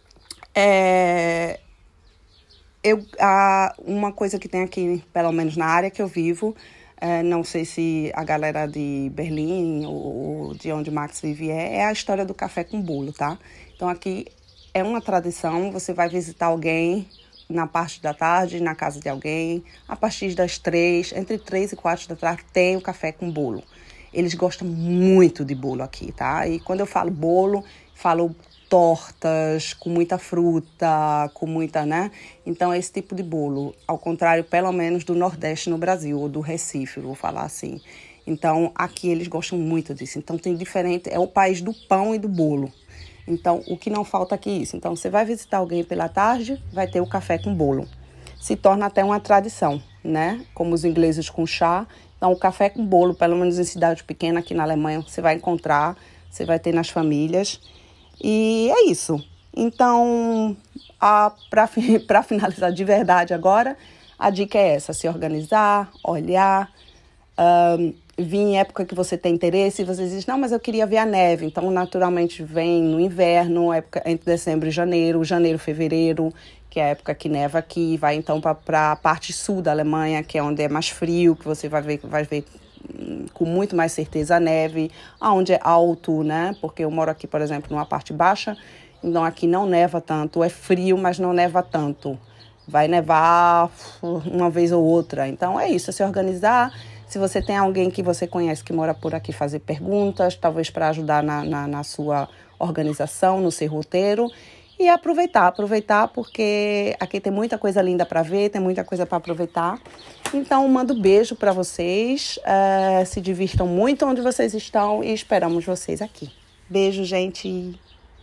uma coisa que tem aqui, pelo menos na área que eu vivo, não sei se a galera de Berlim ou de onde Max vive é a história do café com bolo, tá? Então aqui é uma tradição, você vai visitar alguém na parte da tarde, na casa de alguém, a partir das 3, entre 3 e 4 da tarde tem o café com bolo. Eles gostam muito de bolo aqui, tá? E quando eu falo bolo, falo tortas com muita fruta, com muita, né? Então, esse tipo de bolo, ao contrário, pelo menos, do Nordeste no Brasil, ou do Recife, vou falar assim. Então, aqui eles gostam muito disso. Então, tem diferente, é o país do pão e do bolo. Então, o que não falta aqui é isso. Então, você vai visitar alguém pela tarde, vai ter o café com bolo. Se torna até uma tradição, né? Como os ingleses com chá. Então, o café com bolo, pelo menos em cidade pequena aqui na Alemanha, você vai encontrar, você vai ter nas famílias. E é isso. Então, para finalizar de verdade agora, a dica é essa: se organizar, olhar, vir em época que você tem interesse, e você diz, não, mas eu queria ver a neve. Então, naturalmente, vem no inverno, época entre dezembro e janeiro, fevereiro, que é a época que neva aqui. Vai, então, para a parte sul da Alemanha, que é onde é mais frio, que você vai ver com muito mais certeza a neve, aonde é alto, né? Porque eu moro aqui, por exemplo, numa parte baixa, então aqui não neva tanto, é frio, mas não neva tanto. Vai nevar uma vez ou outra. Então é isso, é se organizar. Se você tem alguém que você conhece que mora por aqui, fazer perguntas, talvez para ajudar na sua organização, no seu roteiro. E aproveitar, porque aqui tem muita coisa linda para ver, tem muita coisa para aproveitar. Então, mando beijo para vocês, se divirtam muito onde vocês estão e esperamos vocês aqui. Beijo, gente!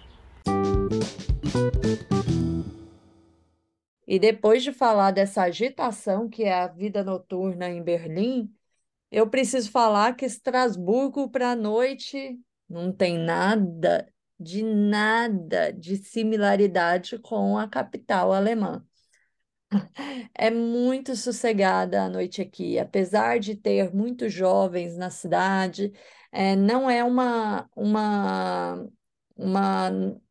E depois de falar dessa agitação que é a vida noturna em Berlim, eu preciso falar que Estrasburgo para a noite não tem nada de similaridade com a capital alemã. É muito sossegada a noite aqui, apesar de ter muitos jovens na cidade, não é uma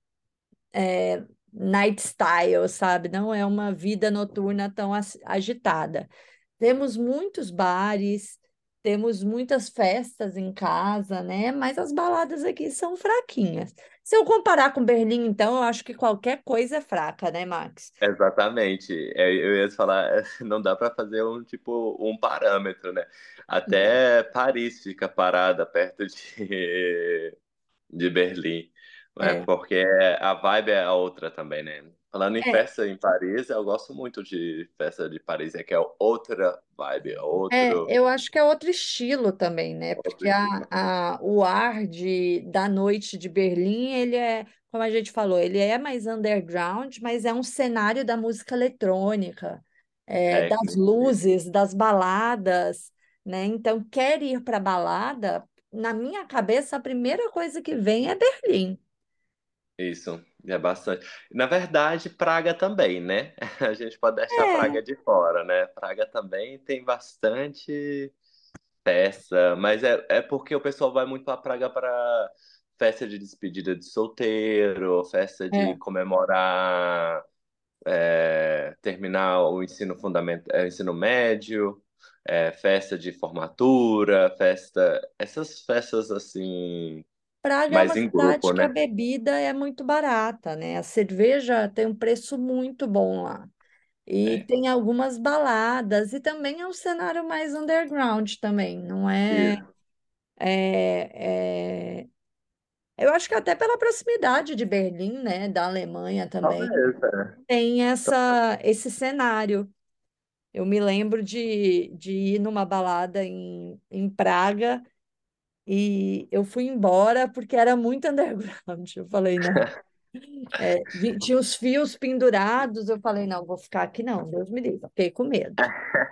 night style, sabe? Não é uma vida noturna tão agitada. Temos muitos bares, temos muitas festas em casa, né? Mas as baladas aqui são fraquinhas. Se eu comparar com Berlim, então, eu acho que qualquer coisa é fraca, né, Max? Exatamente. Eu ia falar, não dá para fazer um tipo um parâmetro, né? Não. Até Paris fica parada perto de Berlim, né? É, Porque a vibe é a outra também, né? Falando em é, festa em Paris, eu gosto muito de festa de Paris, é que é outra vibe, é outro, eu acho que é outro estilo também, né? outro Porque estilo. o ar da noite de Berlim, ele é, como a gente falou, ele é mais underground, mas é um cenário da música eletrônica, É, das luzes, das baladas, né? Então, quer ir para balada, na minha cabeça, a primeira coisa que vem é Berlim. isso, é bastante. Na verdade, Praga também, né? A gente pode deixar É, Praga de fora, né? Praga também tem bastante festa, mas é porque o pessoal vai muito para Praga para festa de despedida de solteiro, festa de é. comemorar, terminar o ensino fundamental, ensino médio, festa de formatura, essas festas assim, Praga é uma mais em cidade grupo, que a né? bebida é muito barata, né? A cerveja tem um preço muito bom lá. E É, tem algumas baladas, e também é um cenário mais underground também, não é, isso. é, é- Eu acho que até pela proximidade de Berlim, né, da Alemanha também, Talvez, é. tem esse cenário. Eu me lembro de ir numa balada em Praga e eu fui embora porque era muito underground. Eu falei, não. Tinha os fios pendurados, eu falei, não, vou ficar aqui não, Deus me livre. Fiquei com medo.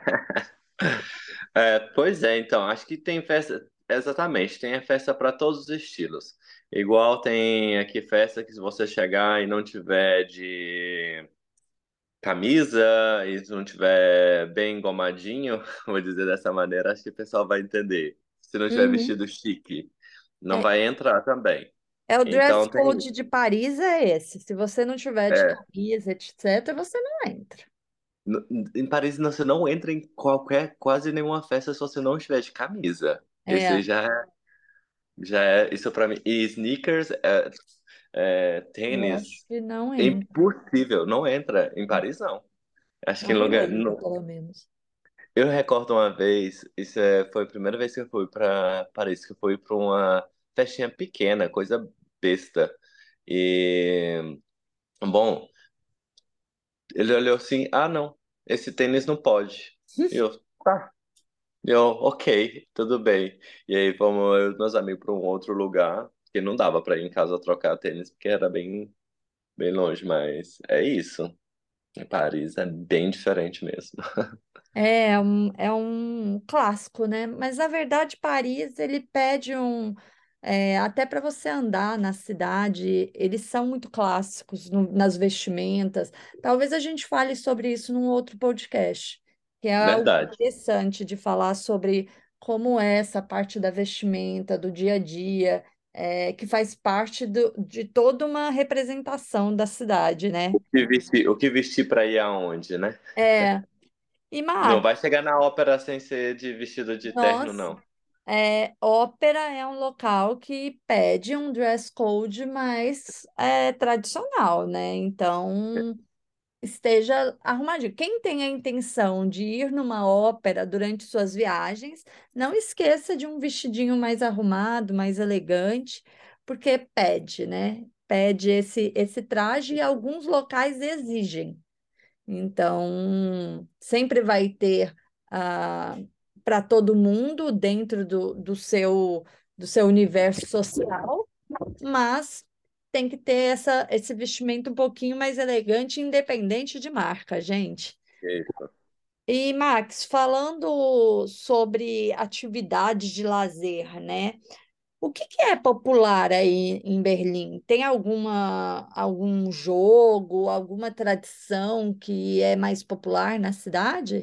Pois é, então, acho que tem festa, exatamente, tem a festa para todos os estilos. Igual tem aqui festa que se você chegar e não tiver de camisa e se não tiver bem engomadinho, vou dizer dessa maneira, acho que o pessoal vai entender. Se não tiver Uhum. vestido chique, não É, vai entrar também. o dress Então tem, code de Paris é esse. Se você não tiver de é, camisa, etc., você não entra. em Paris você não entra em qualquer, quase nenhuma festa se você não estiver de camisa. É, Já é isso pra mim. E sneakers, eu acho tênis, que não é entra. impossível, não entra. Em Paris, não. Acho que Não em me lugar. lembro, pelo menos. Eu recordo uma vez, foi a primeira vez que eu fui pra Paris, que eu fui pra uma festinha pequena, coisa besta. E, bom, ele olhou assim: ah, não, esse tênis não pode. E eu, tá. Eu, ok, tudo bem. E aí fomos eu e meus amigos para um outro lugar, que não dava para ir em casa trocar tênis, porque era bem longe, mas é isso. Em Paris é bem diferente mesmo. É um clássico, né? Mas na verdade, Paris ele pede até para você andar na cidade, eles são muito clássicos nas vestimentas. Talvez a gente fale sobre isso num outro podcast, que é algo Verdade. interessante de falar sobre como é essa parte da vestimenta, do dia a dia, que faz parte de toda uma representação da cidade, né? O que vestir para ir aonde, né? É, e Não Max, vai chegar na ópera sem ser de vestido de terno, nós não. Ópera é um local que pede um dress code mais tradicional, né? Então, esteja arrumadinho. Quem tem a intenção de ir numa ópera durante suas viagens, não esqueça de um vestidinho mais arrumado, mais elegante, porque pede, né? Pede esse traje e alguns locais exigem. Então, sempre vai ter para todo mundo dentro do seu universo social, mas tem que ter esse vestimento um pouquinho mais elegante, independente de marca, gente. Isso. E, Max, falando sobre atividades de lazer, né? O que é popular aí em Berlim? Tem algum jogo, alguma tradição que é mais popular na cidade?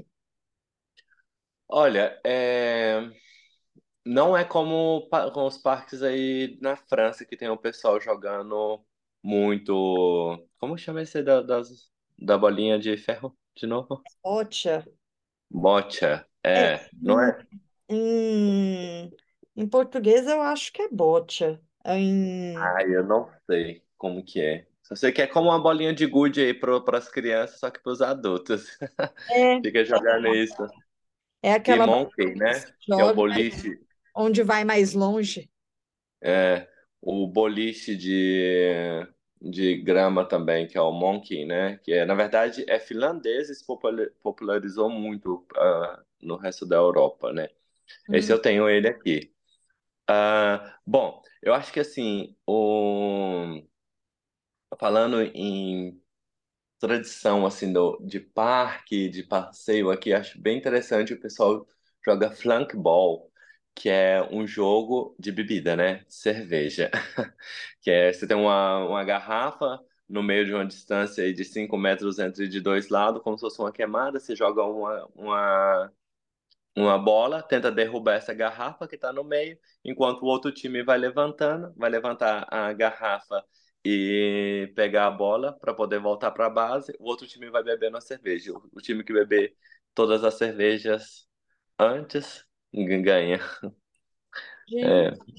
Olha, não é como com os parques aí na França, que tem o pessoal jogando muito. Como chama esse da bolinha de ferro de novo? Bocha. Bocha. É, Não em, é? em, em português eu acho que é bocha. Ai, eu não sei como que é. Só sei que é como uma bolinha de gude aí para as crianças, só que para os adultos. É, Fica jogando isso. é E aquela bola Monkey, que né? se Que é o joga boliche. onde vai mais longe. É, o boliche de grama também, que é o Monkey, né? Que na verdade é finlandês e se popularizou muito no resto da Europa, né? Esse Hum, eu tenho ele aqui. Bom, eu acho que assim, falando em tradição assim de parque, de passeio aqui, acho bem interessante o pessoal joga flankball, que é um jogo de bebida, né? Cerveja. Que é você tem uma garrafa no meio de uma distância aí de 5 metros entre de dois lados, como se fosse uma queimada, você joga uma bola, tenta derrubar essa garrafa que está no meio, enquanto o outro time vai levantando, vai levantar a garrafa e pegar a bola para poder voltar para a base, o outro time vai bebendo a cerveja. O time que beber todas as cervejas antes ganha. gente, É,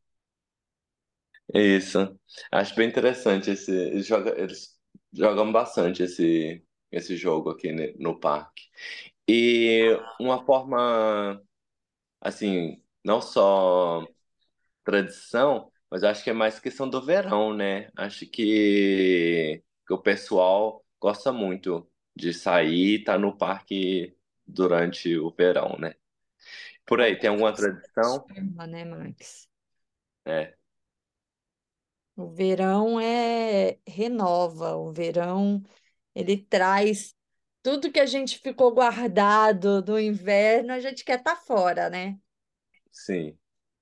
é isso. Acho bem interessante eles jogam bastante esse jogo aqui no parque. E uma forma assim, não só tradição, mas acho que é mais questão do verão, né? Acho que o pessoal gosta muito de sair e estar no parque durante o verão, né? Por aí, tem alguma tradição? né, Max? É, O verão renova, o verão ele traz tudo que a gente ficou guardado do inverno, a gente quer estar fora, né? sim,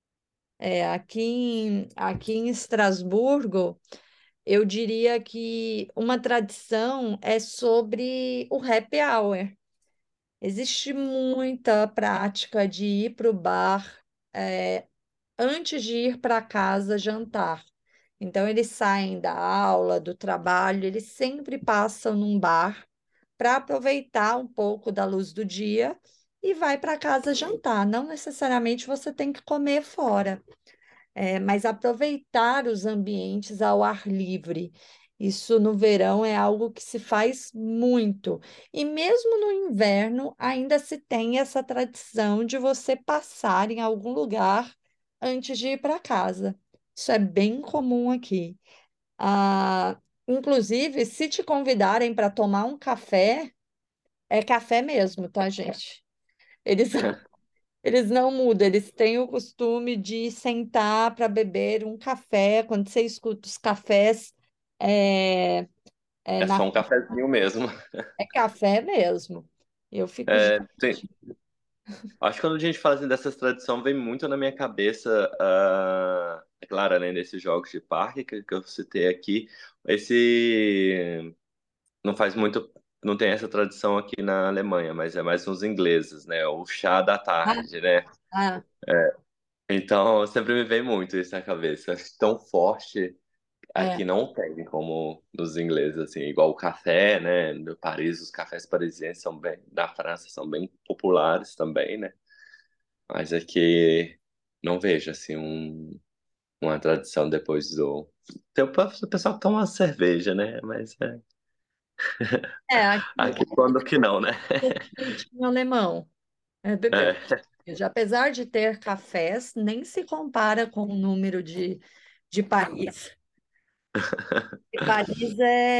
Aqui em Estrasburgo, eu diria que uma tradição é sobre o happy hour. Existe muita prática de ir para o bar antes de ir para casa jantar. Então, eles saem da aula, do trabalho, eles sempre passam num bar para aproveitar um pouco da luz do dia e vai para casa jantar. Não necessariamente você tem que comer fora, mas aproveitar os ambientes ao ar livre. Isso no verão é algo que se faz muito. E mesmo no inverno, ainda se tem essa tradição de você passar em algum lugar antes de ir para casa. Isso é bem comum aqui. Ah, inclusive, se te convidarem para tomar um café, é café mesmo, tá, gente? Eles, eles não mudam, eles têm o costume de sentar para beber um café. Quando você escuta os cafés, é, é, É na, só um cafezinho mesmo. é café mesmo. Eu fico, É, acho que quando a gente fala assim, dessas tradições, vem muito na minha cabeça, é claro, além desses jogos de parque que eu citei aqui, esse não faz muito, não tem essa tradição aqui na Alemanha, mas é mais nos ingleses, né? O chá da ah, tarde, né? ah, Então, sempre me vem muito isso na cabeça. Acho tão forte. é, Aqui não tem como nos ingleses, assim, igual o café, né? No Paris, os cafés parisienses são bem, na França são bem populares também, né? Mas aqui não vejo, assim, uma tradição depois do... Tem o pessoal que toma cerveja, né? Mas aqui aqui quando que não, né? é jeitinho alemão, é beber. É, Apesar de ter cafés, nem se compara com o número de Paris. E Paris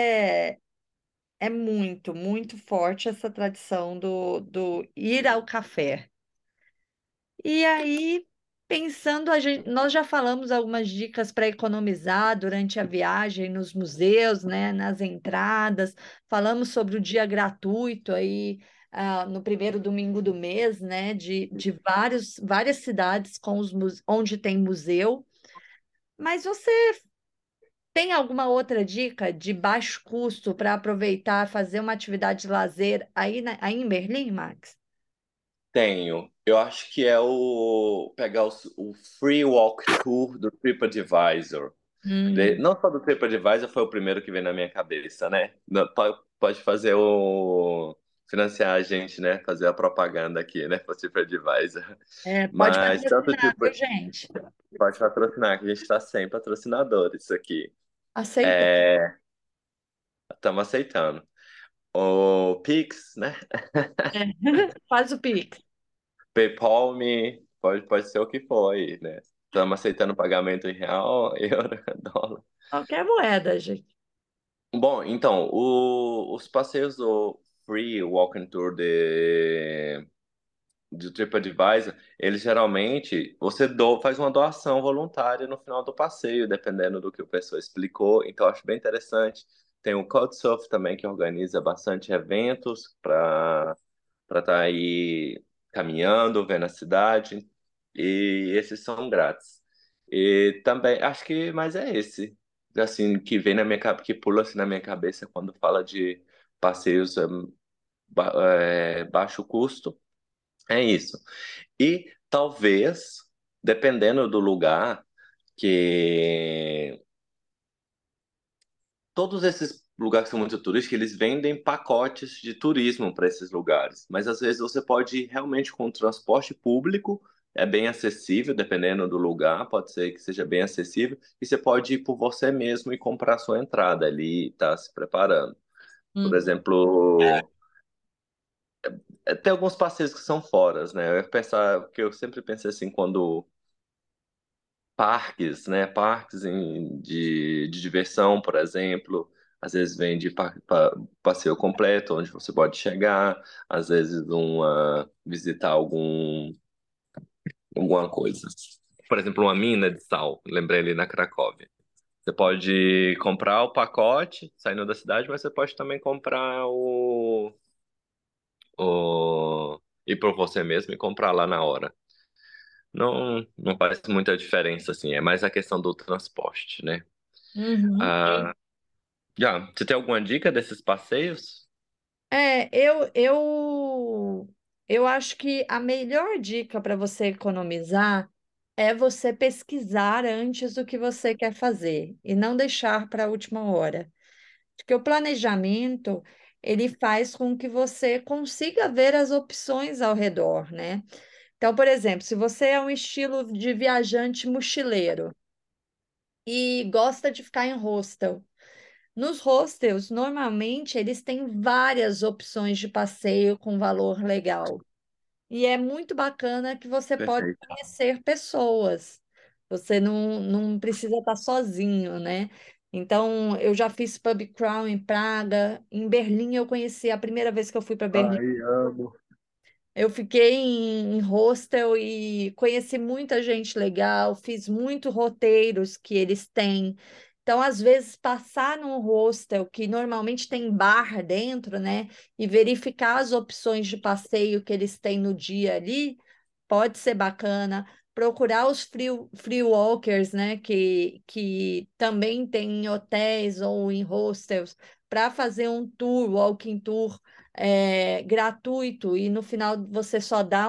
é muito, muito forte essa tradição do ir ao café. E aí, pensando, nós já falamos algumas dicas para economizar durante a viagem nos museus, né, nas entradas, falamos sobre o dia gratuito aí, no primeiro domingo do mês, né, de várias cidades com onde tem museu. Mas você tem alguma outra dica de baixo custo para aproveitar, fazer uma atividade de lazer aí em Berlim, Max? tenho. Eu acho que é pegar o Free Walk Tour do TripAdvisor. Hum, Não só do TripAdvisor foi o primeiro que veio na minha cabeça, né? Pode fazer financiar a gente, né? Fazer a propaganda aqui, né? Para o TripAdvisor. pode Mas tanto patrocinar, tipo, viu, gente? pode patrocinar, que a gente está sem patrocinadores aqui. Aceita. É, estamos aceitando. O Pix, né? É. Faz o Pix. PayPal me pode ser o que for aí, né? Estamos aceitando pagamento em real, euro, dólar. Qualquer moeda, gente. Bom, então, os passeios do Free Walking Tour de TripAdvisor, eles geralmente, faz uma doação voluntária no final do passeio, dependendo do que o pessoa explicou, então eu acho bem interessante. Tem o Couchsurf também, que organiza bastante eventos para estar aí caminhando, vendo a cidade, e esses são grátis. E também, acho que mais é esse, assim, que vem na minha que pula assim na minha cabeça quando fala de passeios baixo custo, é isso. E talvez, dependendo do lugar, que todos esses lugares que são muito turísticos, eles vendem pacotes de turismo para esses lugares. Mas às vezes você pode ir realmente com o transporte público, é bem acessível, dependendo do lugar, pode ser que seja bem acessível, e você pode ir por você mesmo e comprar sua entrada ali, e tá se preparando. Por Uhum. exemplo, tem alguns passeios que são foras, né? Eu ia pensar, que eu sempre pensei assim, quando parques, né? Parques de diversão, por exemplo. Às vezes vem de passeio completo, onde você pode chegar. Às vezes visitar alguma coisa. Por exemplo, uma mina de sal. Lembrei ali na Cracóvia. Você pode comprar o pacote saindo da cidade, mas você pode também comprar ir por você mesmo e comprar lá na hora. Não faz muita diferença, assim. É mais a questão do transporte, né? Uhum. Ah, já, você tem alguma dica desses passeios? Eu acho que a melhor dica para você economizar é você pesquisar antes do que você quer fazer e não deixar para a última hora. Porque o planejamento, ele faz com que você consiga ver as opções ao redor, né? Então, por exemplo, se você é um estilo de viajante mochileiro e gosta de ficar em hostel, nos hostels, normalmente, eles têm várias opções de passeio com valor legal. E é muito bacana que você pode Perfeito. conhecer pessoas. Você não precisa estar sozinho, né? Então, eu já fiz pub crawl em Praga, em Berlim eu conheci, a primeira vez que eu fui para Berlim, Ai, amo. eu fiquei em hostel e conheci muita gente legal, fiz muitos roteiros que eles têm. Então, às vezes, passar num hostel que normalmente tem bar dentro, né, e verificar as opções de passeio que eles têm no dia ali, pode ser bacana. Procurar os free walkers, né, que também tem em hotéis ou em hostels, para fazer um tour, walking tour gratuito e no final você só dá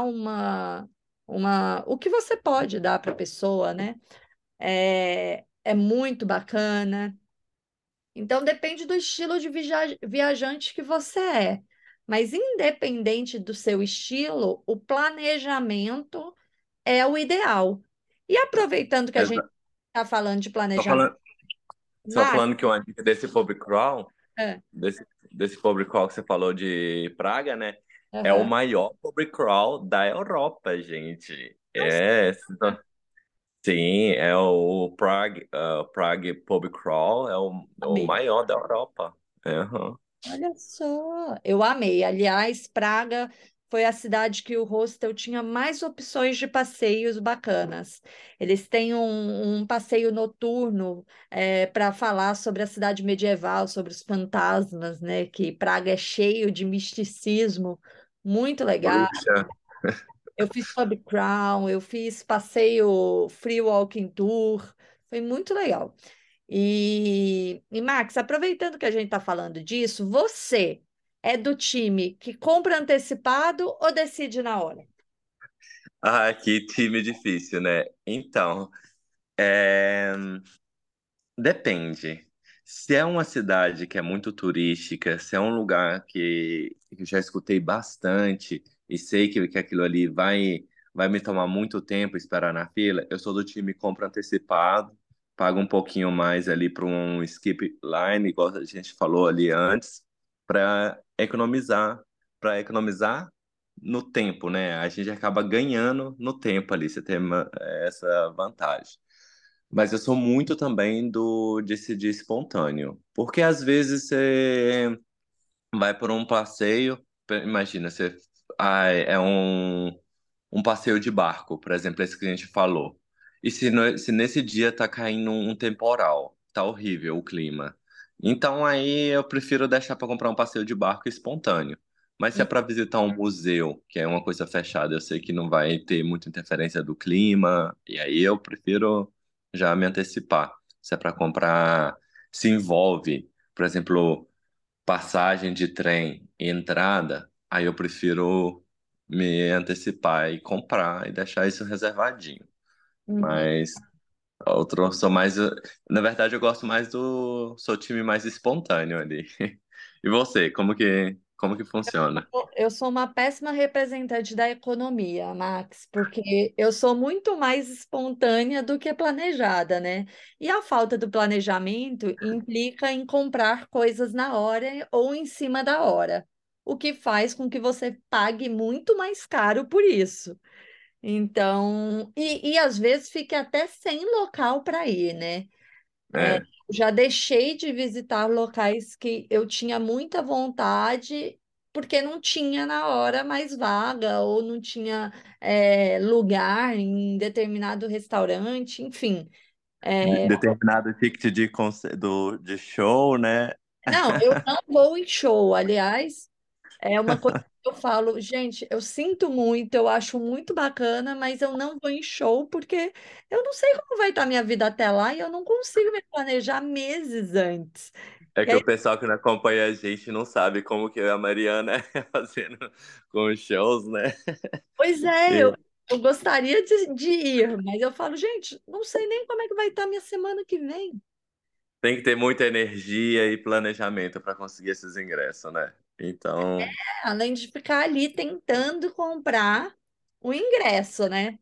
o que você pode dar para a pessoa, né? É muito bacana. Então depende do estilo de viajante que você é. Mas independente do seu estilo, o planejamento é o ideal. E aproveitando que a gente Exa- está falando de Só planejamento, falando, só Mari, falando que uma dica desse pub crawl, é, desse pub crawl que você falou de Praga, né? É o aham. maior pub crawl da Europa, gente. Não sei, Sim, é o Prague Pub Crawl, é o amigo. maior da Europa. É, aham. Olha só, eu amei. Aliás, Praga foi a cidade que o hostel tinha mais opções de passeios bacanas. Eles têm um passeio noturno para falar sobre a cidade medieval, sobre os fantasmas, né? Que Praga é cheio de misticismo, muito legal. Bruxa. Eu fiz pub crawl, eu fiz passeio free walking tour, foi muito legal. E Max, aproveitando que a gente está falando disso, você é do time que compra antecipado ou decide na hora? Ah, que time difícil, né? Então, é, depende. Se é uma cidade que é muito turística, se é um lugar que eu já escutei bastante e sei que aquilo ali vai me tomar muito tempo esperar na fila, eu sou do time compra antecipado, pago um pouquinho mais ali para um skip line, igual a gente falou ali antes, para economizar no tempo, né? A gente acaba ganhando no tempo ali, você tem essa vantagem. Mas eu sou muito também do decidir espontâneo. Porque às vezes você vai por um passeio, imagina, é um passeio de barco, por exemplo, esse que a gente falou. E se nesse dia tá caindo um temporal, tá horrível o clima. Então aí eu prefiro deixar para comprar um passeio de barco espontâneo. Mas se é Hum, para visitar um museu, que é uma coisa fechada, eu sei que não vai ter muita interferência do clima, e aí eu prefiro já me antecipar. Se é para comprar, se envolve, por exemplo, passagem de trem e entrada, aí eu prefiro me antecipar e comprar e deixar isso reservadinho. uhum. Mas outro, sou mais. Na verdade, eu gosto mais Sou time mais espontâneo ali. E você, como que funciona? Eu sou uma péssima representante da economia, Max, porque eu sou muito mais espontânea do que planejada, né? E a falta do planejamento implica em comprar coisas na hora ou em cima da hora, o que faz com que você pague muito mais caro por isso. Então, e às vezes fique até sem local para ir, né? É, Já deixei de visitar locais que eu tinha muita vontade, porque não tinha na hora mais vaga, ou não tinha lugar em determinado restaurante, enfim. É, determinado ticket de show, né? não, eu não vou em show, aliás, é uma coisa que eu falo, gente, eu sinto muito, eu acho muito bacana, mas eu não vou em show porque eu não sei como vai estar minha vida até lá e eu não consigo me planejar meses antes. É E que aí, o pessoal que não acompanha a gente não sabe como que a Mariana é fazendo com os shows, né? pois é, E eu gostaria de ir, mas eu falo, gente, não sei nem como é que vai estar minha semana que vem. tem que ter muita energia e planejamento para conseguir esses ingressos, né? Então, Além de ficar ali tentando comprar o ingresso, né?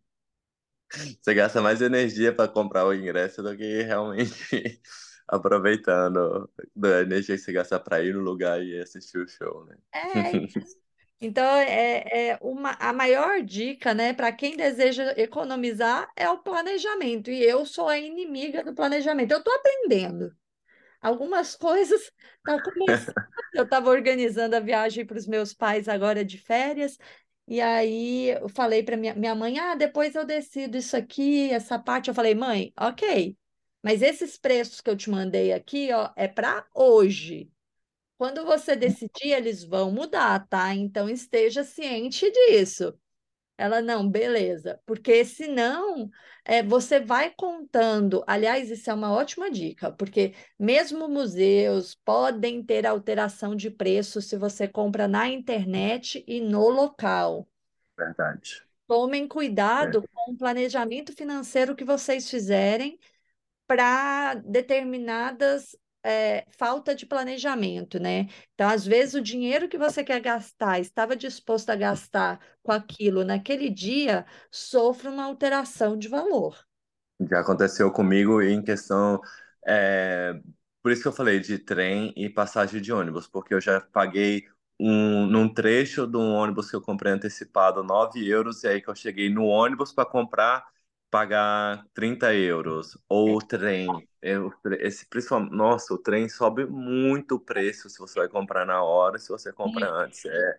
você gasta mais energia para comprar o ingresso do que realmente aproveitando da energia que você gasta para ir no lugar e assistir o show, né? É, então a maior dica, né, para quem deseja economizar é o planejamento. E eu sou a inimiga do planejamento. Eu estou aprendendo. algumas coisas estão começando. Eu estava organizando a viagem para os meus pais agora de férias, e aí eu falei para minha mãe: ah, depois eu decido isso aqui, essa parte. Eu falei: mãe, ok, mas esses preços que eu te mandei aqui, ó, é para hoje. Quando você decidir, eles vão mudar, tá? Então esteja ciente disso. Ela, não, beleza, porque senão você vai contando. Aliás, isso é uma ótima dica, porque mesmo museus podem ter alteração de preço se você compra na internet e no local. Verdade. Tomem É. cuidado com o planejamento financeiro que vocês fizerem para determinadas falta de planejamento, né? Então, às vezes, o dinheiro que você quer gastar, estava disposto a gastar com aquilo naquele dia, sofre uma alteração de valor. Já aconteceu comigo em questão. é, Por isso que eu falei de trem e passagem de ônibus, porque eu já paguei num trecho de um ônibus que eu comprei antecipado 9 euros, e aí que eu cheguei no ônibus para comprar, pagar 30 euros. Ou o trem. Principalmente, nossa, o trem sobe muito o preço se você vai comprar na hora, se você compra Muito. antes. É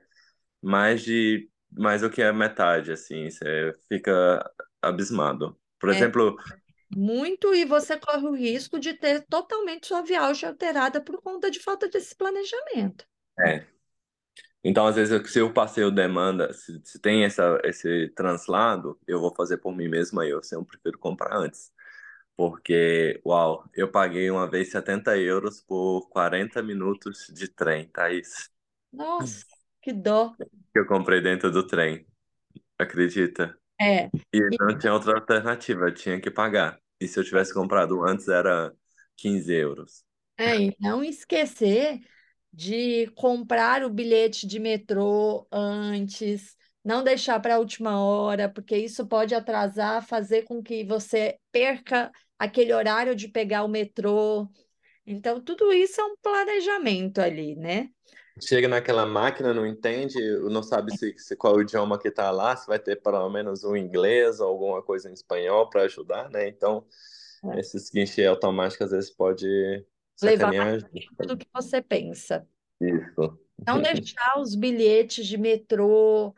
mais do que a metade, assim, você fica abismado. Por É exemplo, muito, e você corre o risco de ter totalmente sua viagem alterada por conta de falta desse planejamento. é, então às vezes se o passeio demanda, se tem esse translado, eu vou fazer por mim mesmo aí, eu sempre prefiro comprar antes. Porque, uau, eu paguei uma vez 70 euros por 40 minutos de trem, Thaís, Nossa, que dó. que eu comprei dentro do trem, acredita? É. E não tinha outra alternativa, eu tinha que pagar. E se eu tivesse comprado antes, era 15 euros. E não esquecer de comprar o bilhete de metrô antes, não deixar para a última hora, porque isso pode atrasar, fazer com que você perca aquele horário de pegar o metrô. Então, tudo isso é um planejamento ali, né? Chega naquela máquina, não entende, não sabe qual é o idioma que está lá, se vai ter pelo menos um inglês ou alguma coisa em espanhol para ajudar, né? Então, É. esses guichês automáticos às vezes pode Levar mais sacanear. tempo do que você pensa. Isso. Não deixar os bilhetes de metrô,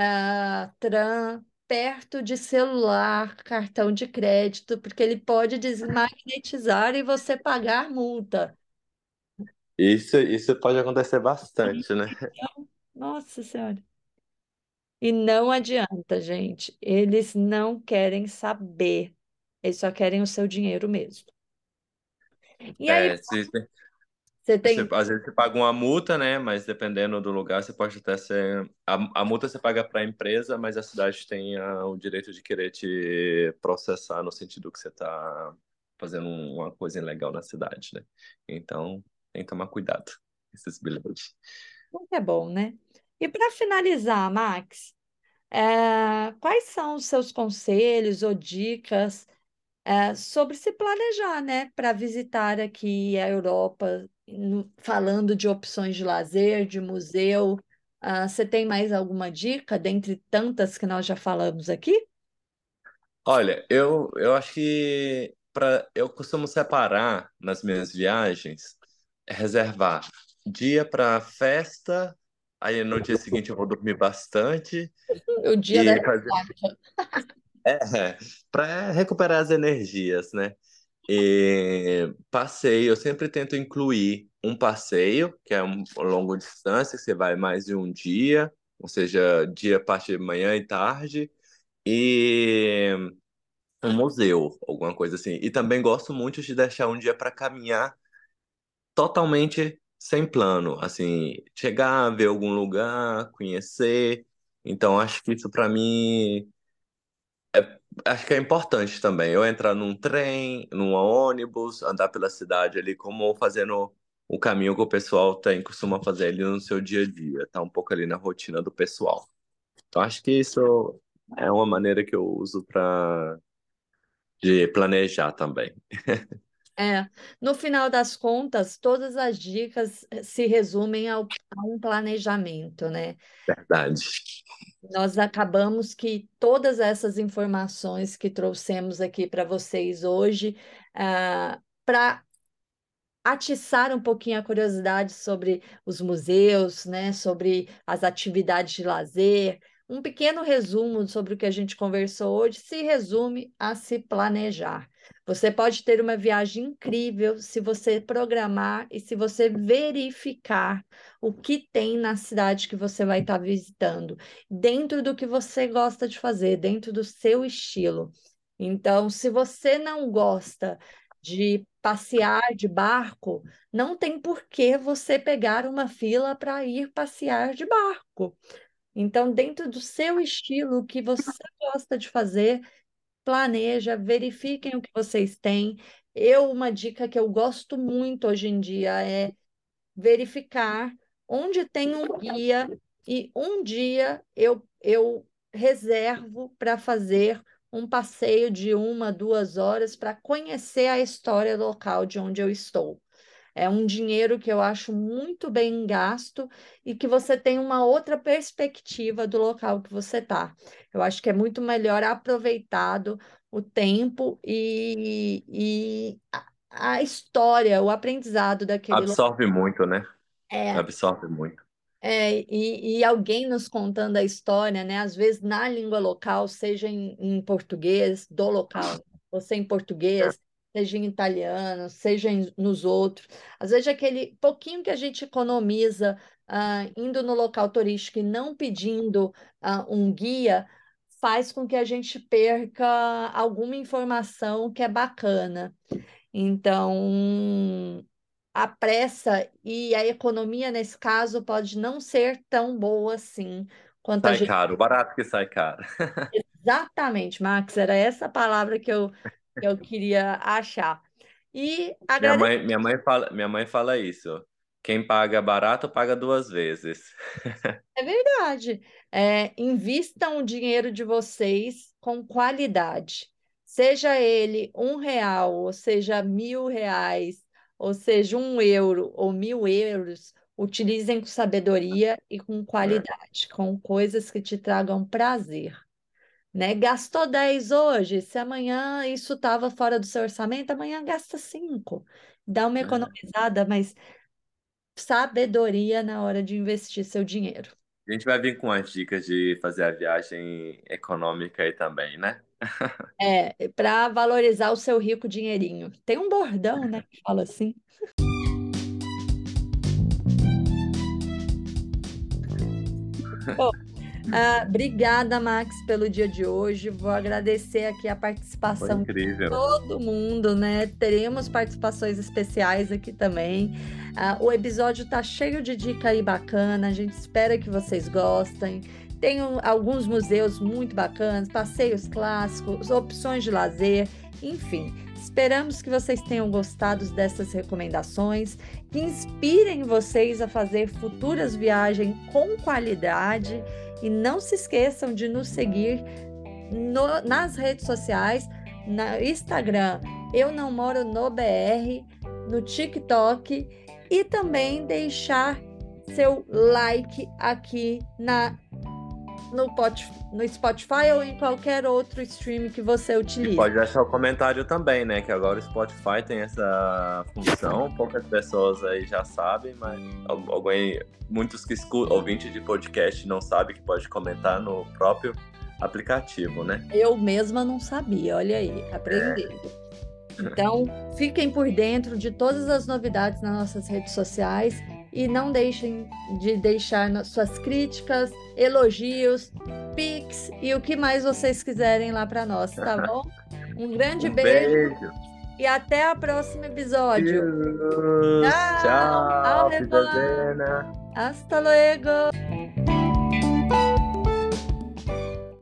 tram, perto de celular, cartão de crédito, porque ele pode desmagnetizar e você pagar multa. Isso pode acontecer bastante, né? Nossa Senhora. E não adianta, gente. Eles não querem saber. Eles só querem o seu dinheiro mesmo. E aí, É, você tem. às vezes você paga uma multa, né? Mas dependendo do lugar, você pode até ser. A multa você paga para a empresa, mas a cidade tem o direito de querer te processar no sentido que você está fazendo uma coisa ilegal na cidade, né? Então, tem que tomar cuidado com esses bilhetes. Muito é bom, né? E para finalizar, Max, quais são os seus conselhos ou dicas sobre se planejar, né, para visitar aqui a Europa, falando de opções de lazer, de museu? Você tem mais alguma dica dentre tantas que nós já falamos aqui? Olha, eu acho que eu costumo separar nas minhas viagens, reservar dia para festa, aí no dia seguinte eu vou dormir bastante O dia da e fazer ressaca. para recuperar as energias, né? E passeio, eu sempre tento incluir um passeio, que é um longo distância, que você vai mais de um dia, ou seja, dia, parte de manhã e tarde, e um museu, alguma coisa assim. E também gosto muito de deixar um dia para caminhar totalmente sem plano, assim, chegar, ver algum lugar, conhecer. Então, acho que isso para mim acho que é importante também. Eu entrar num trem, num ônibus, andar pela cidade ali, como fazendo o caminho que o pessoal costuma fazer ali no seu dia a dia, tá um pouco ali na rotina do pessoal. Então, acho que isso é uma maneira que eu uso para de planejar também. É, no final das contas, todas as dicas se resumem a um planejamento, né? Verdade. Nós acabamos que todas essas informações que trouxemos aqui para vocês hoje, para atiçar um pouquinho a curiosidade sobre os museus, né, sobre as atividades de lazer. Um pequeno resumo sobre o que a gente conversou hoje se resume a se planejar. Você pode ter uma viagem incrível se você programar e se você verificar o que tem na cidade que você vai estar visitando, dentro do que você gosta de fazer, dentro do seu estilo. Então, se você não gosta de passear de barco, não tem por que você pegar uma fila para ir passear de barco. Então, dentro do seu estilo, o que você gosta de fazer, planeja, verifiquem o que vocês têm. Uma dica que eu gosto muito hoje em dia é verificar onde tem um guia e um dia eu reservo para fazer um passeio de 1, 2 horas para conhecer a história local de onde eu estou. É um dinheiro que eu acho muito bem gasto e que você tem uma outra perspectiva do local que você está. Eu acho que é muito melhor aproveitado o tempo e a história, o aprendizado daquele local. Absorve muito, né? É, Absorve muito. e alguém nos contando a história, né? Às vezes na língua local, seja em português, do local, ou seja em português, seja em italiano, seja nos outros. Às vezes aquele pouquinho que a gente economiza indo no local turístico e não pedindo um guia, faz com que a gente perca alguma informação que é bacana. Então, a pressa e a economia, nesse caso, pode não ser tão boa assim quanto a Sai gente. caro, barato que sai caro. Exatamente, Max, era essa palavra que eu queria achar. E Minha agradecer. mãe, minha mãe fala isso. Quem paga barato paga duas vezes. É verdade. Invistam o dinheiro de vocês com qualidade. Seja ele R$ 1, ou seja R$ 1.000, ou seja €1 ou €1.000, utilizem com sabedoria e com Né? qualidade, com coisas que te tragam prazer. Né? Gastou 10 hoje, se amanhã isso estava fora do seu orçamento, amanhã gasta 5. Dá uma economizada, mas sabedoria na hora de investir seu dinheiro. A gente vai vir com as dicas de fazer a viagem econômica aí também, né? Para valorizar o seu rico dinheirinho. Tem um bordão, né, que fala assim. Bom, obrigada, Max, pelo dia de hoje. Vou agradecer aqui a Foi participação de incrível. todo mundo, né? Teremos participações especiais aqui também. O episódio tá cheio de dica aí bacana. A gente espera que vocês gostem. Tem alguns museus muito bacanas, passeios clássicos, opções de lazer, enfim. Esperamos que vocês tenham gostado dessas recomendações, que inspirem vocês a fazer futuras viagens com qualidade. E não se esqueçam de nos seguir nas redes sociais, no Instagram, Eu Não Moro no BR, no TikTok e também deixar seu like aqui no Spotify ou em qualquer outro stream que você E utilize. pode deixar o comentário também, né? Que agora o Spotify tem essa função. Poucas pessoas aí já sabem, mas muitos que escutam, ouvintes de podcast, não sabem que pode comentar no próprio aplicativo, né? Eu mesma não sabia, olha aí, aprendendo. Então, fiquem por dentro de todas as novidades nas nossas redes sociais e não deixem de deixar suas críticas, elogios, pics e o que mais vocês quiserem lá para nós, tá bom? Um grande beijo e até o próximo episódio. Tchau, Au tchau, revoir. Fidel. Hasta luego.